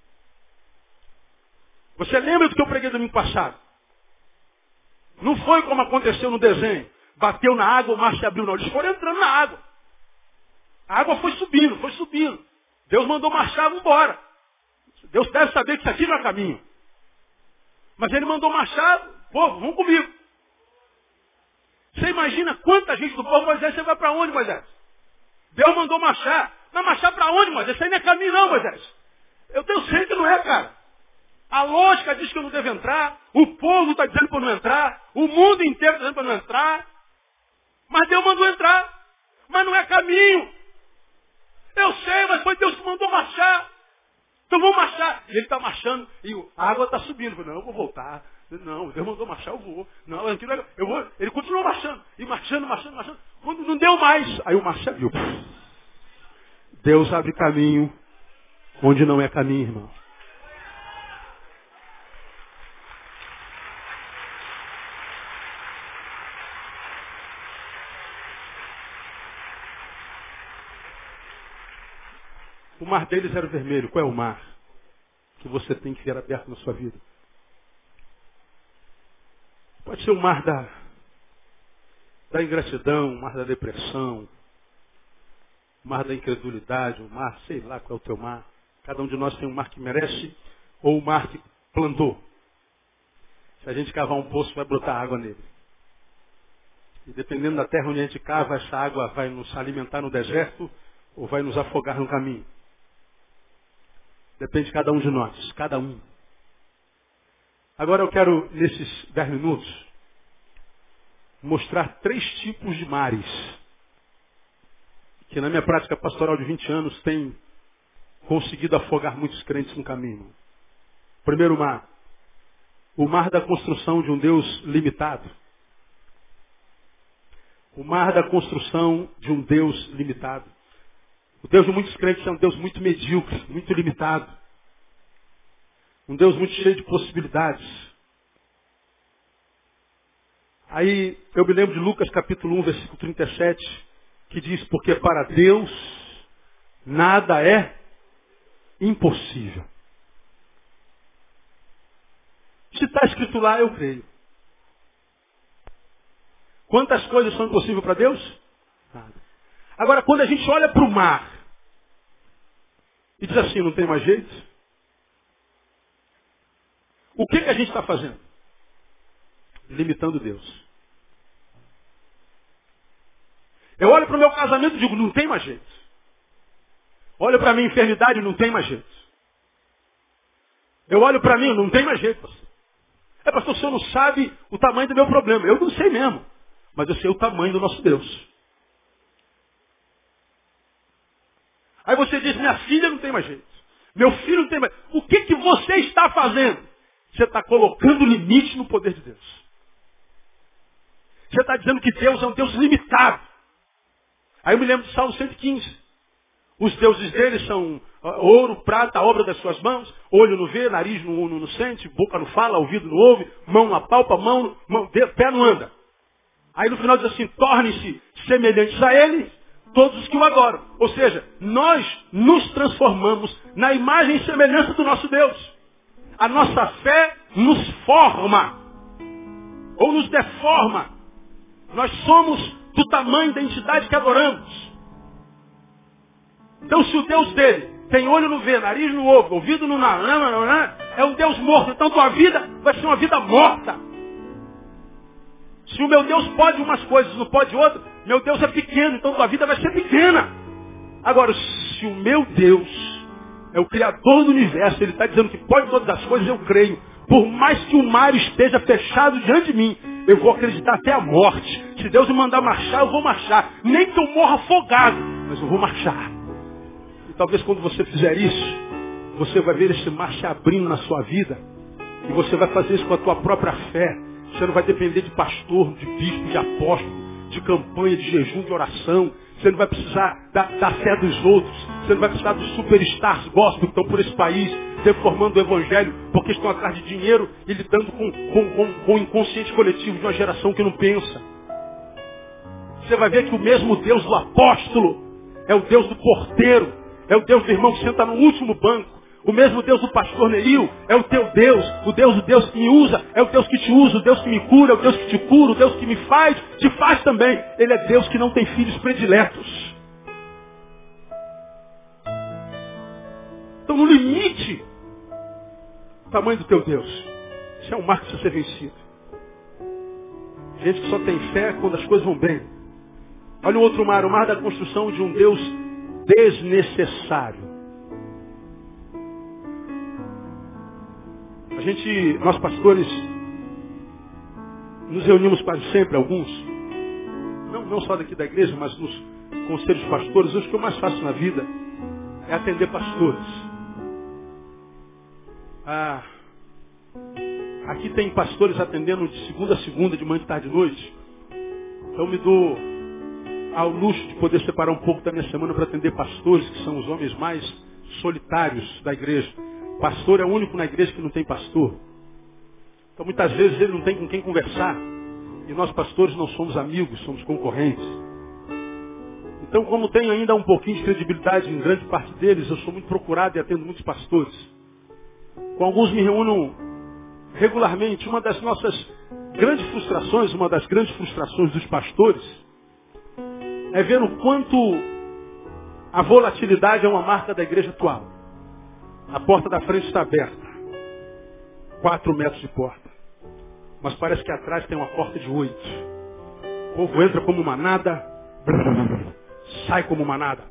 Você lembra do que eu preguei domingo passado? Não foi como aconteceu no desenho. Bateu na água, o mar se abriu. Não, eles foram entrando na água. A água foi subindo, foi subindo. Deus mandou marchar, vamos embora. Deus deve saber que isso aqui não é caminho. Mas ele mandou marchar, povo, vamos comigo. Você imagina quanta gente do povo, Moisés, você vai para onde, Moisés? Deus mandou marchar. Mas marchar para onde, Moisés? Isso aí não é caminho não, Moisés. Eu tenho certeza que não é, cara. A lógica diz que eu não devo entrar. O povo está dizendo para eu não entrar. O mundo inteiro está dizendo para eu não entrar. Mas Deus mandou entrar. Mas não é caminho. Eu sei, mas foi Deus que mandou marchar. Então vamos marchar. E ele está marchando e a água está subindo. Eu falei, não, eu vou voltar. Não, Deus mandou marchar, eu vou. Não, eu vou. Ele continuou marchando. E marchando. Quando não deu mais, aí o mar se abriu. Deus abre caminho onde não é caminho, irmão. O mar deles era vermelho. Qual é o mar que você tem que ver aberto na sua vida? Pode ser o mar da ingratidão, o mar da depressão, o mar da incredulidade, o mar, sei lá qual é o teu mar. Cada um de nós tem um mar que merece ou o mar que plantou. Se a gente cavar um poço, vai brotar água nele. E dependendo da terra onde a gente cava, essa água vai nos alimentar no deserto ou vai nos afogar no caminho. Depende de cada um de nós, cada um. Agora eu quero, nesses 10 minutos, mostrar 3 tipos de mares que na minha prática pastoral de 20 anos tem conseguido afogar muitos crentes no caminho. Primeiro mar, o mar da construção de um Deus limitado. O mar da construção de um Deus limitado. O Deus de muitos crentes é um Deus muito medíocre, muito limitado. Um Deus muito cheio de possibilidades. Aí eu me lembro de Lucas capítulo 1, versículo 37, que diz, porque para Deus nada é impossível. Se está escrito lá, eu creio. Quantas coisas são impossíveis para Deus? Nada. Agora, quando a gente olha para o mar e diz assim, não tem mais jeito, o que a gente está fazendo? Limitando Deus. Eu olho para o meu casamento e digo, não tem mais jeito. Olho para a minha enfermidade, não tem mais jeito. Eu olho para mim, não tem mais jeito, pastor. Pastor, o senhor não sabe o tamanho do meu problema. Eu não sei mesmo, mas eu sei o tamanho do nosso Deus. Aí você diz, minha filha não tem mais jeito. Meu filho não tem mais. O que você está fazendo? Você está colocando limite no poder de Deus. Você está dizendo que Deus é um Deus limitado. Aí eu me lembro de Salmo 115. Os deuses deles são ouro, prata, obra das suas mãos, olho não vê, nariz não sente, boca não fala, ouvido não ouve, mão não apalpa, pé não anda. Aí no final diz assim, tornem-se semelhantes a ele todos os que o adoram. Ou seja, nós nos transformamos na imagem e semelhança do nosso Deus. A nossa fé nos forma ou nos deforma. Nós somos do tamanho da entidade que adoramos. Então se o Deus dele tem olho no vê, nariz no ouve, ouvido no é um Deus morto. Então tua vida vai ser uma vida morta. Se o meu Deus pode umas coisas, não pode outras, meu Deus é pequeno, então tua vida vai ser pequena. Agora, se o meu Deus é o Criador do universo, ele está dizendo que pode todas as coisas, eu creio. Por mais que o mar esteja fechado diante de mim, eu vou acreditar até a morte. Se Deus me mandar marchar, eu vou marchar. Nem que eu morra afogado, mas eu vou marchar. E talvez quando você fizer isso, você vai ver esse mar se abrindo na sua vida. E você vai fazer isso com a tua própria fé. Você não vai depender de pastor, de bispo, de apóstolo, de campanha, de jejum, de oração. Você não vai precisar da fé dos outros. Você não vai precisar dos superstars gospel que estão por esse país, deformando o evangelho, porque estão atrás de dinheiro e lidando com o inconsciente coletivo de uma geração que não pensa. Você vai ver que o mesmo Deus do apóstolo é o Deus do porteiro, é o Deus do irmão que senta no último banco. O mesmo Deus do pastor Neil é o teu Deus, o Deus que me usa, é o Deus que te usa, o Deus que me cura, é o Deus que te cura, o Deus que me faz, te faz também. Ele é Deus que não tem filhos prediletos. Então no limite, o tamanho do teu Deus. Isso é um marco de ser vencido. Gente que só tem fé quando as coisas vão bem. Olha o outro mar, o mar da construção de um Deus desnecessário. Nós pastores, nos reunimos quase sempre, alguns, não só daqui da igreja, mas nos conselhos pastores. Hoje o que eu mais faço na vida é atender pastores. Aqui tem pastores atendendo de segunda a segunda, de manhã, de tarde e noite. Então me dou ao luxo de poder separar um pouco da minha semana para atender pastores, que são os homens mais solitários da igreja. Pastor é o único na igreja que não tem pastor. Então muitas vezes ele não tem com quem conversar. E nós pastores não somos amigos, somos concorrentes. Então como tenho ainda um pouquinho de credibilidade em grande parte deles, eu sou muito procurado e atendo muitos pastores. Com alguns me reúno regularmente. Uma das nossas grandes frustrações, uma das grandes frustrações dos pastores, é ver o quanto a volatilidade é uma marca da igreja atual. A porta da frente está aberta. 4 metros de porta. Mas parece que atrás tem uma porta de 8. O povo entra como manada, sai como manada.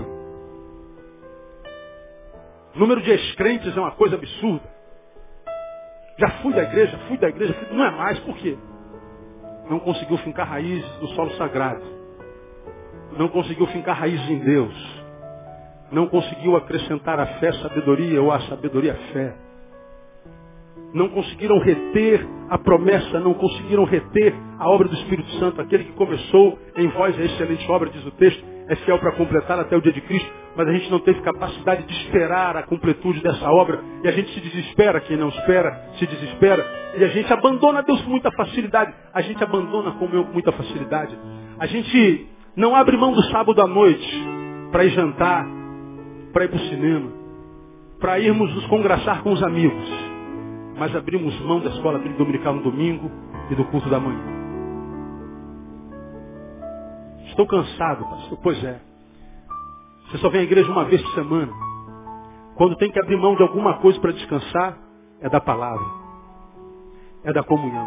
O número de ex-crentes é uma coisa absurda. Já fui da igreja, não é mais. Por quê? Não conseguiu fincar raízes no solo sagrado. Não conseguiu fincar raízes em Deus. Não conseguiu acrescentar a fé sabedoria ou a sabedoria fé. Não conseguiram reter a promessa, não conseguiram reter a obra do Espírito Santo. Aquele que começou em vós a excelente obra, diz o texto, é fiel para completar até o dia de Cristo. Mas a gente não teve capacidade de esperar a completude dessa obra. E a gente se desespera, quem não espera se desespera. E a gente abandona Deus com muita facilidade. A gente abandona com muita facilidade. A gente não abre mão do sábado à noite para ir jantar, para ir para o cinema, para irmos nos congraçar com os amigos. Mas abrimos mão da escola bíblica dominical no domingo e do culto da manhã. Estou cansado, pastor. Pois é. Você só vem à igreja uma vez por semana. Quando tem que abrir mão de alguma coisa para descansar, é da palavra. É da comunhão.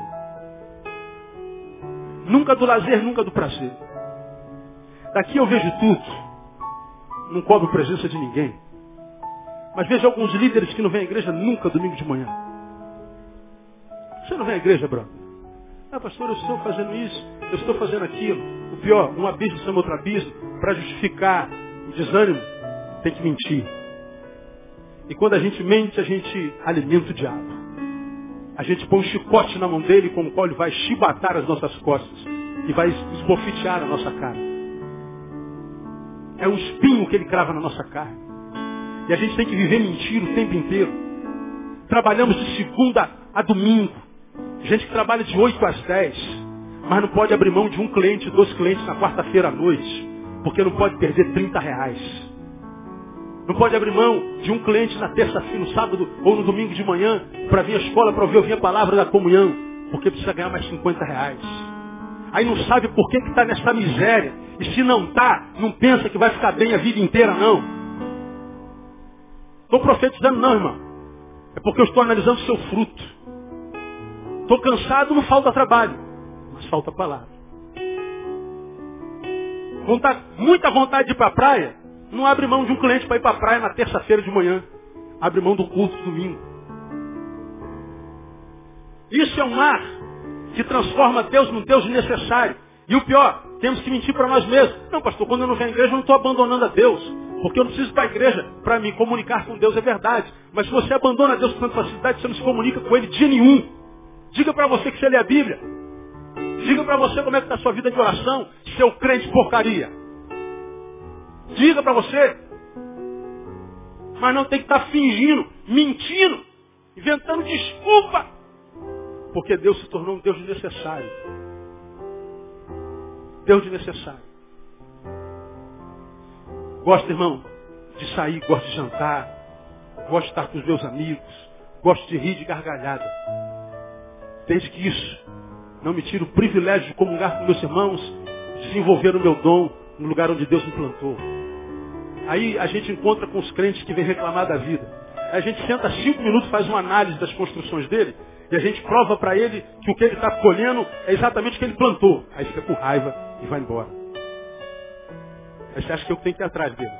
Nunca do lazer, nunca do prazer. Daqui eu vejo tudo. Não cobro presença de ninguém. Mas vejo alguns líderes que não vêm à igreja nunca domingo de manhã. Você não vem à igreja, brother? Pastor, eu estou fazendo isso, eu estou fazendo aquilo. O pior, um abismo chama outro abismo. Para justificar o desânimo, tem que mentir. E quando a gente mente, a gente alimenta o diabo. A gente põe um chicote na mão dele com o qual ele vai chibatar as nossas costas e vai esbofetear a nossa cara. É um espinho que ele crava na nossa carne. E a gente tem que viver mentira o tempo inteiro. Trabalhamos de segunda a domingo. Gente que trabalha de 8 às 10, mas não pode abrir mão de um cliente, 2 clientes na quarta-feira à noite, porque não pode perder R$30. Não pode abrir mão de um cliente na terça-feira, no sábado ou no domingo de manhã, para vir à escola, para ouvir a palavra da comunhão, porque precisa ganhar mais R$50. Aí não sabe por que está nessa miséria. E se não está, não pensa que vai ficar bem a vida inteira, não. Estou profetizando não, irmão. É porque eu estou analisando o seu fruto. Estou cansado, não falta trabalho, mas falta palavra. Muita vontade de ir para a praia, não abre mão de um cliente para ir para a praia na terça-feira de manhã. Abre mão do culto de domingo. Isso é um mar que transforma Deus num Deus necessário. E o pior, temos que mentir para nós mesmos. Não, pastor, quando eu não venho à igreja, eu não estou abandonando a Deus. Porque eu não preciso ir para a igreja para me comunicar com Deus, é verdade. Mas se você abandona Deus com tanta facilidade, você não se comunica com Ele dia nenhum. Diga para você que você lê a Bíblia. Diga para você como é que está a sua vida de oração, seu crente porcaria. Diga para você. Mas não tem que estar fingindo, mentindo, inventando desculpa. Porque Deus se tornou um Deus necessário. Deus de necessário. Gosto, irmão, de sair, gosto de jantar, gosto de estar com os meus amigos, gosto de rir de gargalhada. Desde que isso não me tire o privilégio de comungar com meus irmãos, desenvolver o meu dom no lugar onde Deus me plantou. Aí a gente encontra com os crentes que vêm reclamar da vida. Aí a gente senta 5 minutos, faz uma análise das construções dele, e a gente prova para ele que o que ele está colhendo é exatamente o que ele plantou. Aí fica com raiva e vai embora. Aí você acha que eu tenho que ir atrás dele.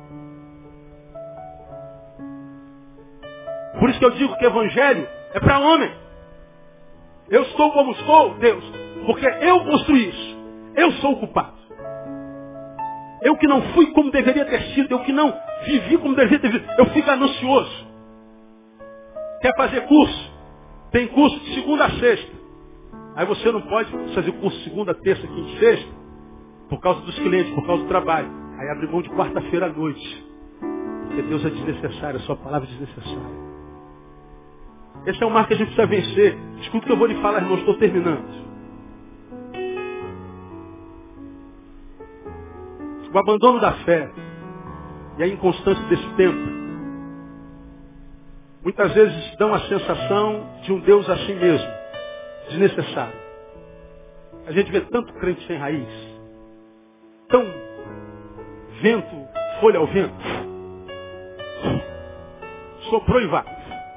Por isso que eu digo que o evangelho é para homem. Eu estou como estou, Deus, porque eu construí isso. Eu sou o culpado. Eu que não fui como deveria ter sido, eu que não vivi como deveria ter vivido. Eu fico ganancioso. Quer fazer curso? Tem curso de segunda a sexta. Aí você não pode fazer curso de segunda, terça, quinta e sexta, por causa dos clientes, por causa do trabalho. Aí abre mão de quarta-feira à noite. Porque Deus é desnecessário, a sua palavra é desnecessária. Esse é o mar que a gente precisa vencer. Escuta o que eu vou lhe falar, irmão, estou terminando. O abandono da fé e a inconstância desse tempo muitas vezes dão a sensação de um Deus assim mesmo, desnecessário. A gente vê tanto crente sem raiz, tão vento, folha ao vento, soprou e vai.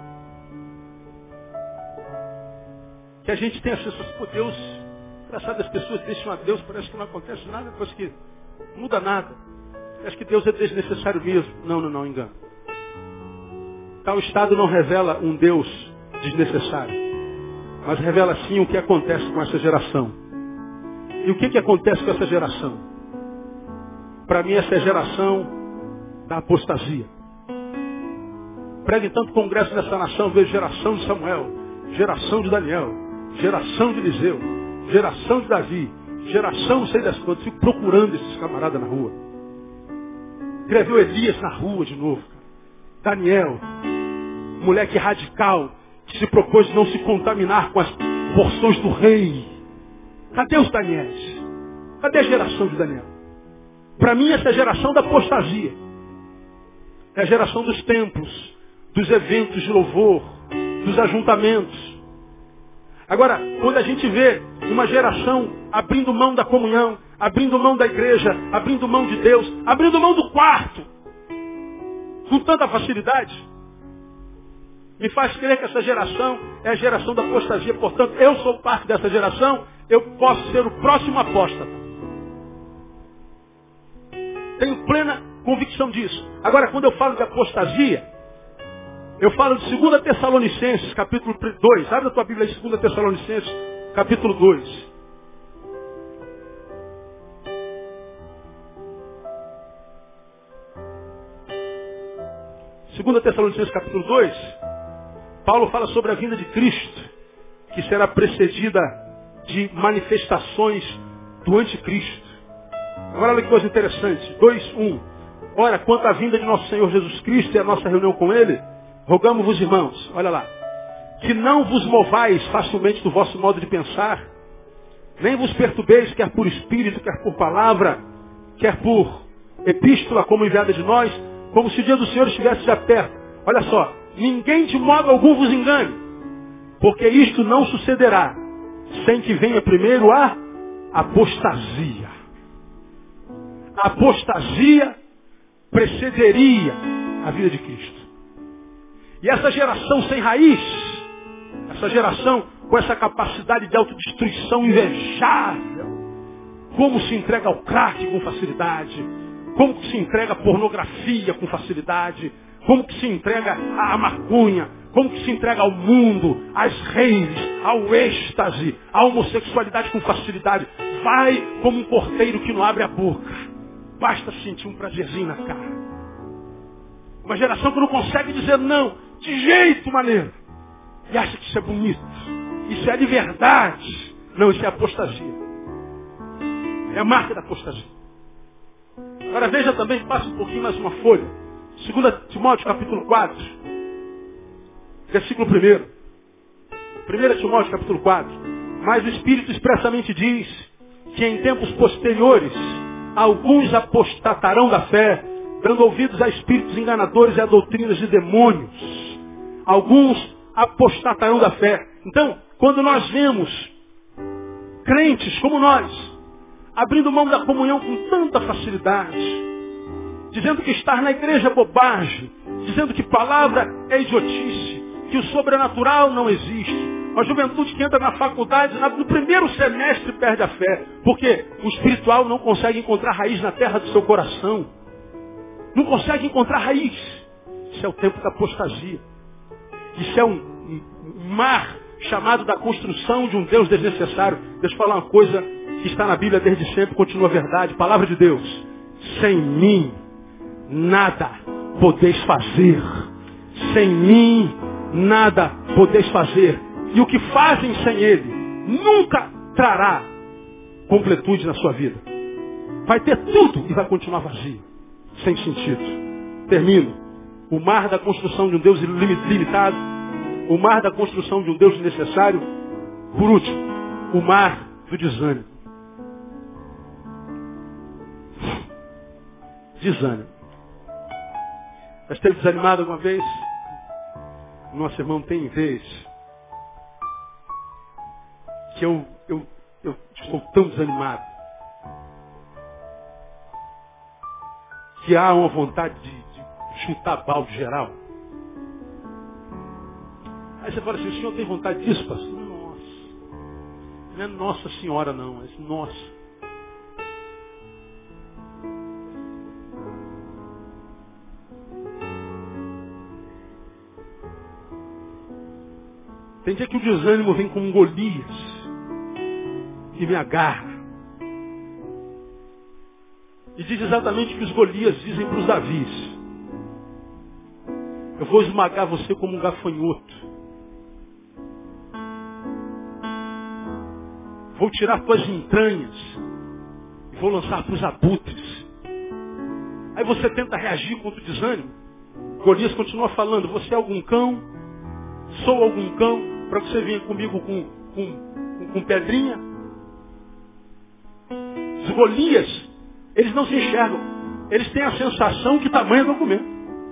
Que a gente tem a sensação, pô, Deus, engraçado, as pessoas deixam a Deus, parece que não acontece nada, parece que não muda nada. Parece que Deus é desnecessário mesmo. Não, engano. Tal estado não revela um Deus desnecessário, mas revela sim o que acontece com essa geração. E o que acontece com essa geração? Para mim essa é a geração da apostasia. Prego em tanto congresso nessa nação, vejo geração de Samuel, geração de Daniel, geração de Eliseu, geração de Davi, geração não sei das quantas. Fico procurando esses camaradas na rua. Escreveu Elias na rua de novo. Daniel, moleque radical, que se propôs não se contaminar com as porções do rei. Cadê os Daniéis? Cadê a geração de Daniel? Para mim essa é a geração da apostasia. É a geração dos templos, dos eventos de louvor, dos ajuntamentos. Agora, quando a gente vê uma geração abrindo mão da comunhão, abrindo mão da igreja, abrindo mão de Deus, abrindo mão do quarto, com tanta facilidade, me faz crer que essa geração é a geração da apostasia. Portanto, eu sou parte dessa geração, eu posso ser o próximo apóstata. Tenho plena convicção disso. Agora, quando eu falo de apostasia, eu falo de 2 Tessalonicenses, capítulo 2. Abre a tua Bíblia aí, 2 Tessalonicenses, capítulo 2. Segunda Tessalonicenses, capítulo 2. Paulo fala sobre a vinda de Cristo, que será precedida de manifestações do anticristo. Agora olha que coisa interessante. 2:1. Ora, quanto à vinda de nosso Senhor Jesus Cristo e a nossa reunião com Ele, rogamos-vos, irmãos, olha lá, que não vos movais facilmente do vosso modo de pensar, nem vos perturbeis, quer por espírito, quer por palavra, quer por epístola como enviada de nós, como se o dia do Senhor estivesse já perto. Olha só, ninguém de modo algum vos engane, porque isto não sucederá sem que venha primeiro a apostasia. A apostasia precederia a vida de Cristo. E essa geração sem raiz, essa geração com essa capacidade de autodestruição invejável, como se entrega ao crack com facilidade, como se entrega à pornografia com facilidade, como que se entrega à maconha, como que se entrega ao mundo, às redes, ao êxtase, à homossexualidade com facilidade. Vai como um porteiro que não abre a boca. Basta sentir um prazerzinho na cara. Uma geração que não consegue dizer não, de jeito maneiro. E acha que isso é bonito. Isso é de verdade. Não, isso é apostasia. É a marca da apostasia. Agora veja também, passa um pouquinho mais uma folha. 2 Timóteo capítulo 4. Versículo 1. 1 Timóteo capítulo 4. Mas o Espírito expressamente diz que em tempos posteriores alguns apostatarão da fé, dando ouvidos a espíritos enganadores e a doutrinas de demônios. Alguns apostatarão da fé. Então, quando nós vemos crentes como nós, abrindo mão da comunhão com tanta facilidade, dizendo que estar na igreja é bobagem, dizendo que palavra é idiotice, que o sobrenatural não existe. Uma juventude que entra na faculdade, no primeiro semestre perde a fé, porque o espiritual não consegue encontrar raiz na terra do seu coração. Não consegue encontrar raiz. Isso é o tempo da apostasia. Isso é um mar chamado da construção de um Deus desnecessário. Deixa eu falar uma coisa que está na Bíblia desde sempre, continua verdade. Palavra de Deus. Sem mim, nada podeis fazer. Sem mim, nada podeis fazer. E o que fazem sem Ele nunca trará completude na sua vida. Vai ter tudo e vai continuar vazio, sem sentido. Termino. O mar da construção de um Deus ilimitado, o mar da construção de um Deus necessário. Por último, o mar do desânimo. Desânimo. Já esteve desanimado alguma vez? Nosso irmão, tem vez que eu estou tão desanimado que há uma vontade de chutar balde geral. Aí você fala assim, o senhor tem vontade disso, pastor? Nossa. Não é Nossa Senhora não, é nossa. Tem dia que o desânimo vem como um Golias que me agarra. E diz exatamente o que os Golias dizem para os Davis. Eu vou esmagar você como um gafanhoto. Vou tirar tuas entranhas e vou lançar para os abutres. Aí você tenta reagir contra o desânimo. Golias continua falando, você é algum cão? Sou algum cão para que você venha comigo com pedrinha? Os Golias, eles não se enxergam. Eles têm a sensação que tamanho é documento.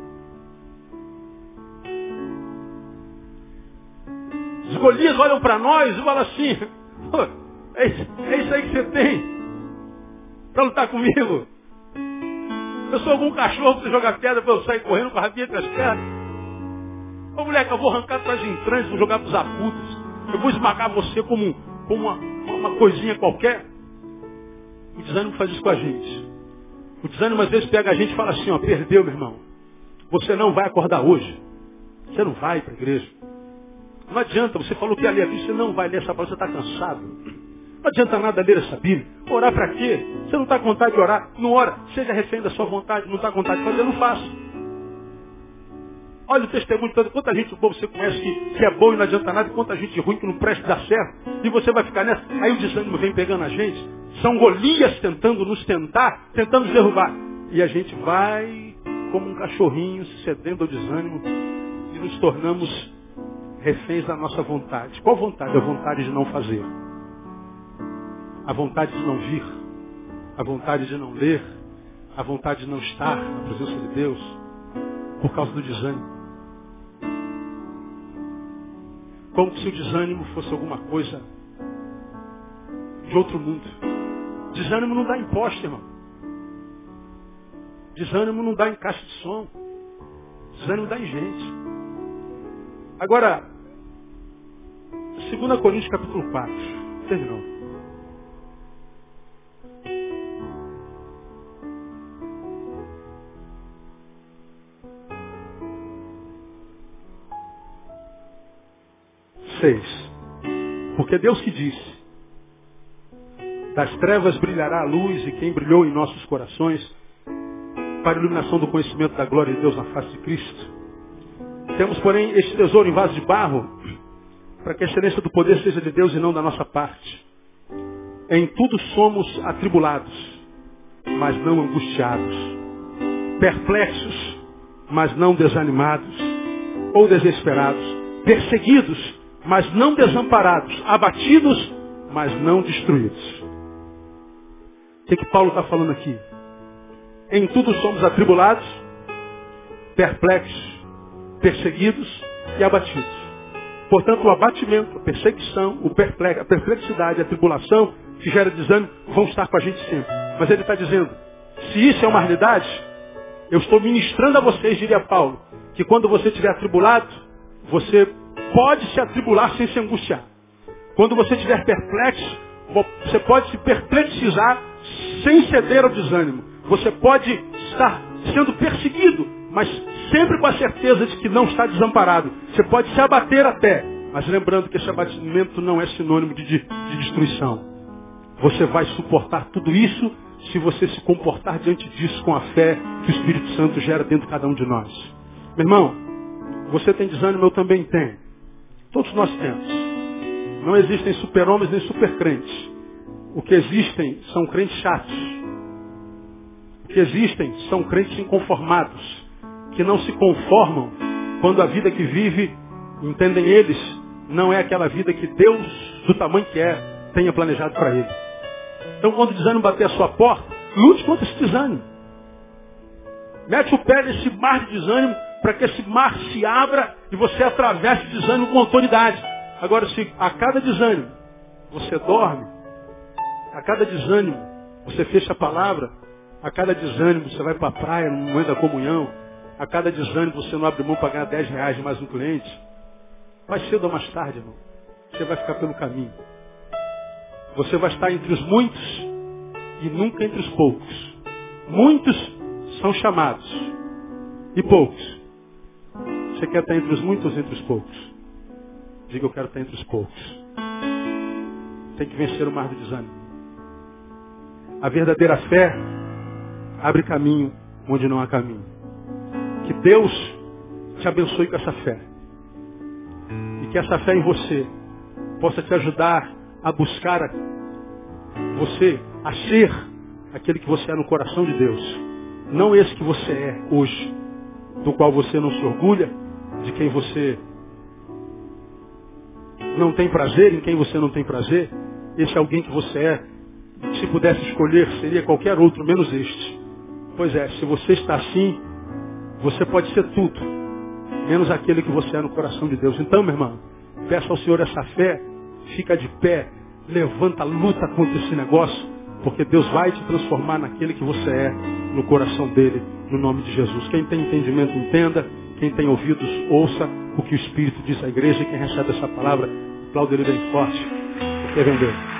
Os Golias olham para nós e falam assim, é isso aí que você tem para lutar comigo. Eu sou algum cachorro para você jogar pedra para eu sair correndo com a rabinha entre as pernas. Ô moleque, eu vou arrancar tuas entranhas, vou jogar para os abutres. Eu vou esmagar você como uma coisinha qualquer. O desânimo faz isso com a gente. O desânimo às vezes pega a gente e fala assim, ó, perdeu, meu irmão. Você não vai acordar hoje. Você não vai para a igreja. Não adianta, você falou que ia ler a Bíblia, você não vai ler essa palavra, você está cansado. Não adianta nada ler essa Bíblia. Orar para quê? Você não está com vontade de orar? Não ora. Seja refém da sua vontade. Não está com vontade de fazer, não faça. Olha o testemunho todo. Quanta gente boa você conhece que é boa e não adianta nada. Quanta gente ruim que não presta dar certo. E você vai ficar nessa. Aí o desânimo vem pegando a gente. São Golias tentando nos tentar, tentando nos derrubar. E a gente vai como um cachorrinho cedendo ao desânimo e nos tornamos reféns da nossa vontade. Qual vontade? A vontade de não fazer. A vontade de não vir. A vontade de não ler. A vontade de não estar na presença de Deus. Por causa do desânimo. Como se o desânimo fosse alguma coisa de outro mundo. Desânimo não dá em poste, irmão. Desânimo não dá em caixa de som. Desânimo dá em gente. Agora, 2 Coríntios capítulo 4. Terminou. Porque Deus que disse, das trevas brilhará a luz, e quem brilhou em nossos corações, para a iluminação do conhecimento da glória de Deus na face de Cristo. Temos, porém, este tesouro em vaso de barro, para que a excelência do poder seja de Deus e não da nossa parte. Em tudo somos atribulados, mas não angustiados, perplexos, mas não desanimados, ou desesperados, perseguidos, mas não desamparados, abatidos, mas não destruídos. O que Paulo está falando aqui? Em tudo somos atribulados, perplexos, perseguidos e abatidos. Portanto, o abatimento, a perseguição, a perplexidade, a tribulação que gera desânimo vão estar com a gente sempre. Mas ele está dizendo, se isso é uma realidade, eu estou ministrando a vocês, diria Paulo, que quando você estiver atribulado, você pode se atribular sem se angustiar. Quando você estiver perplexo, você pode se perplexizar sem ceder ao desânimo. Você pode estar sendo perseguido, mas sempre com a certeza de que não está desamparado. Você pode se abater até, mas lembrando que esse abatimento não é sinônimo de destruição. Você vai suportar tudo isso se você se comportar diante disso com a fé que o Espírito Santo gera dentro de cada um de nós. Meu irmão, você tem desânimo, eu também tenho. Todos nós temos. Não existem super-homens nem super-crentes. O que existem são crentes chatos. O que existem são crentes inconformados, que não se conformam quando a vida que vive, entendem eles, não é aquela vida que Deus, do tamanho que é, tenha planejado para ele. Então, quando o desânimo bater a sua porta, lute contra esse desânimo. Mete o pé nesse mar de desânimo, para que esse mar se abra e você atravesse o desânimo com autoridade. Agora, se a cada desânimo você dorme, a cada desânimo você fecha a palavra, a cada desânimo você vai para a praia no momento da comunhão, a cada desânimo você não abre mão para ganhar R$10 de mais um cliente, mais cedo ou mais tarde, irmão, você vai ficar pelo caminho. Você vai estar entre os muitos e nunca entre os poucos. Muitos são chamados e poucos. Você quer estar entre os muitos ou entre os poucos? Diga, eu quero estar entre os poucos. Tem que vencer o mar do desânimo. A verdadeira fé abre caminho onde não há caminho. Que Deus te abençoe com essa fé. E que essa fé em você possa te ajudar a buscar você, a ser aquele que você é no coração de Deus. Não esse que você é hoje, do qual você não se orgulha, de quem você não tem prazer, em quem você não tem prazer. Esse é alguém que você é. Se pudesse escolher, seria qualquer outro, menos este. Pois é, se você está assim, você pode ser tudo, menos aquele que você é no coração de Deus. Então, meu irmão, peça ao Senhor essa fé, fica de pé, levanta, luta contra esse negócio, porque Deus vai te transformar naquele que você é no coração dele, no nome de Jesus. Quem tem entendimento, entenda. Quem tem ouvidos, ouça o que o Espírito diz à igreja. E quem recebe essa palavra, aplaude ele bem forte, porque vem Deus.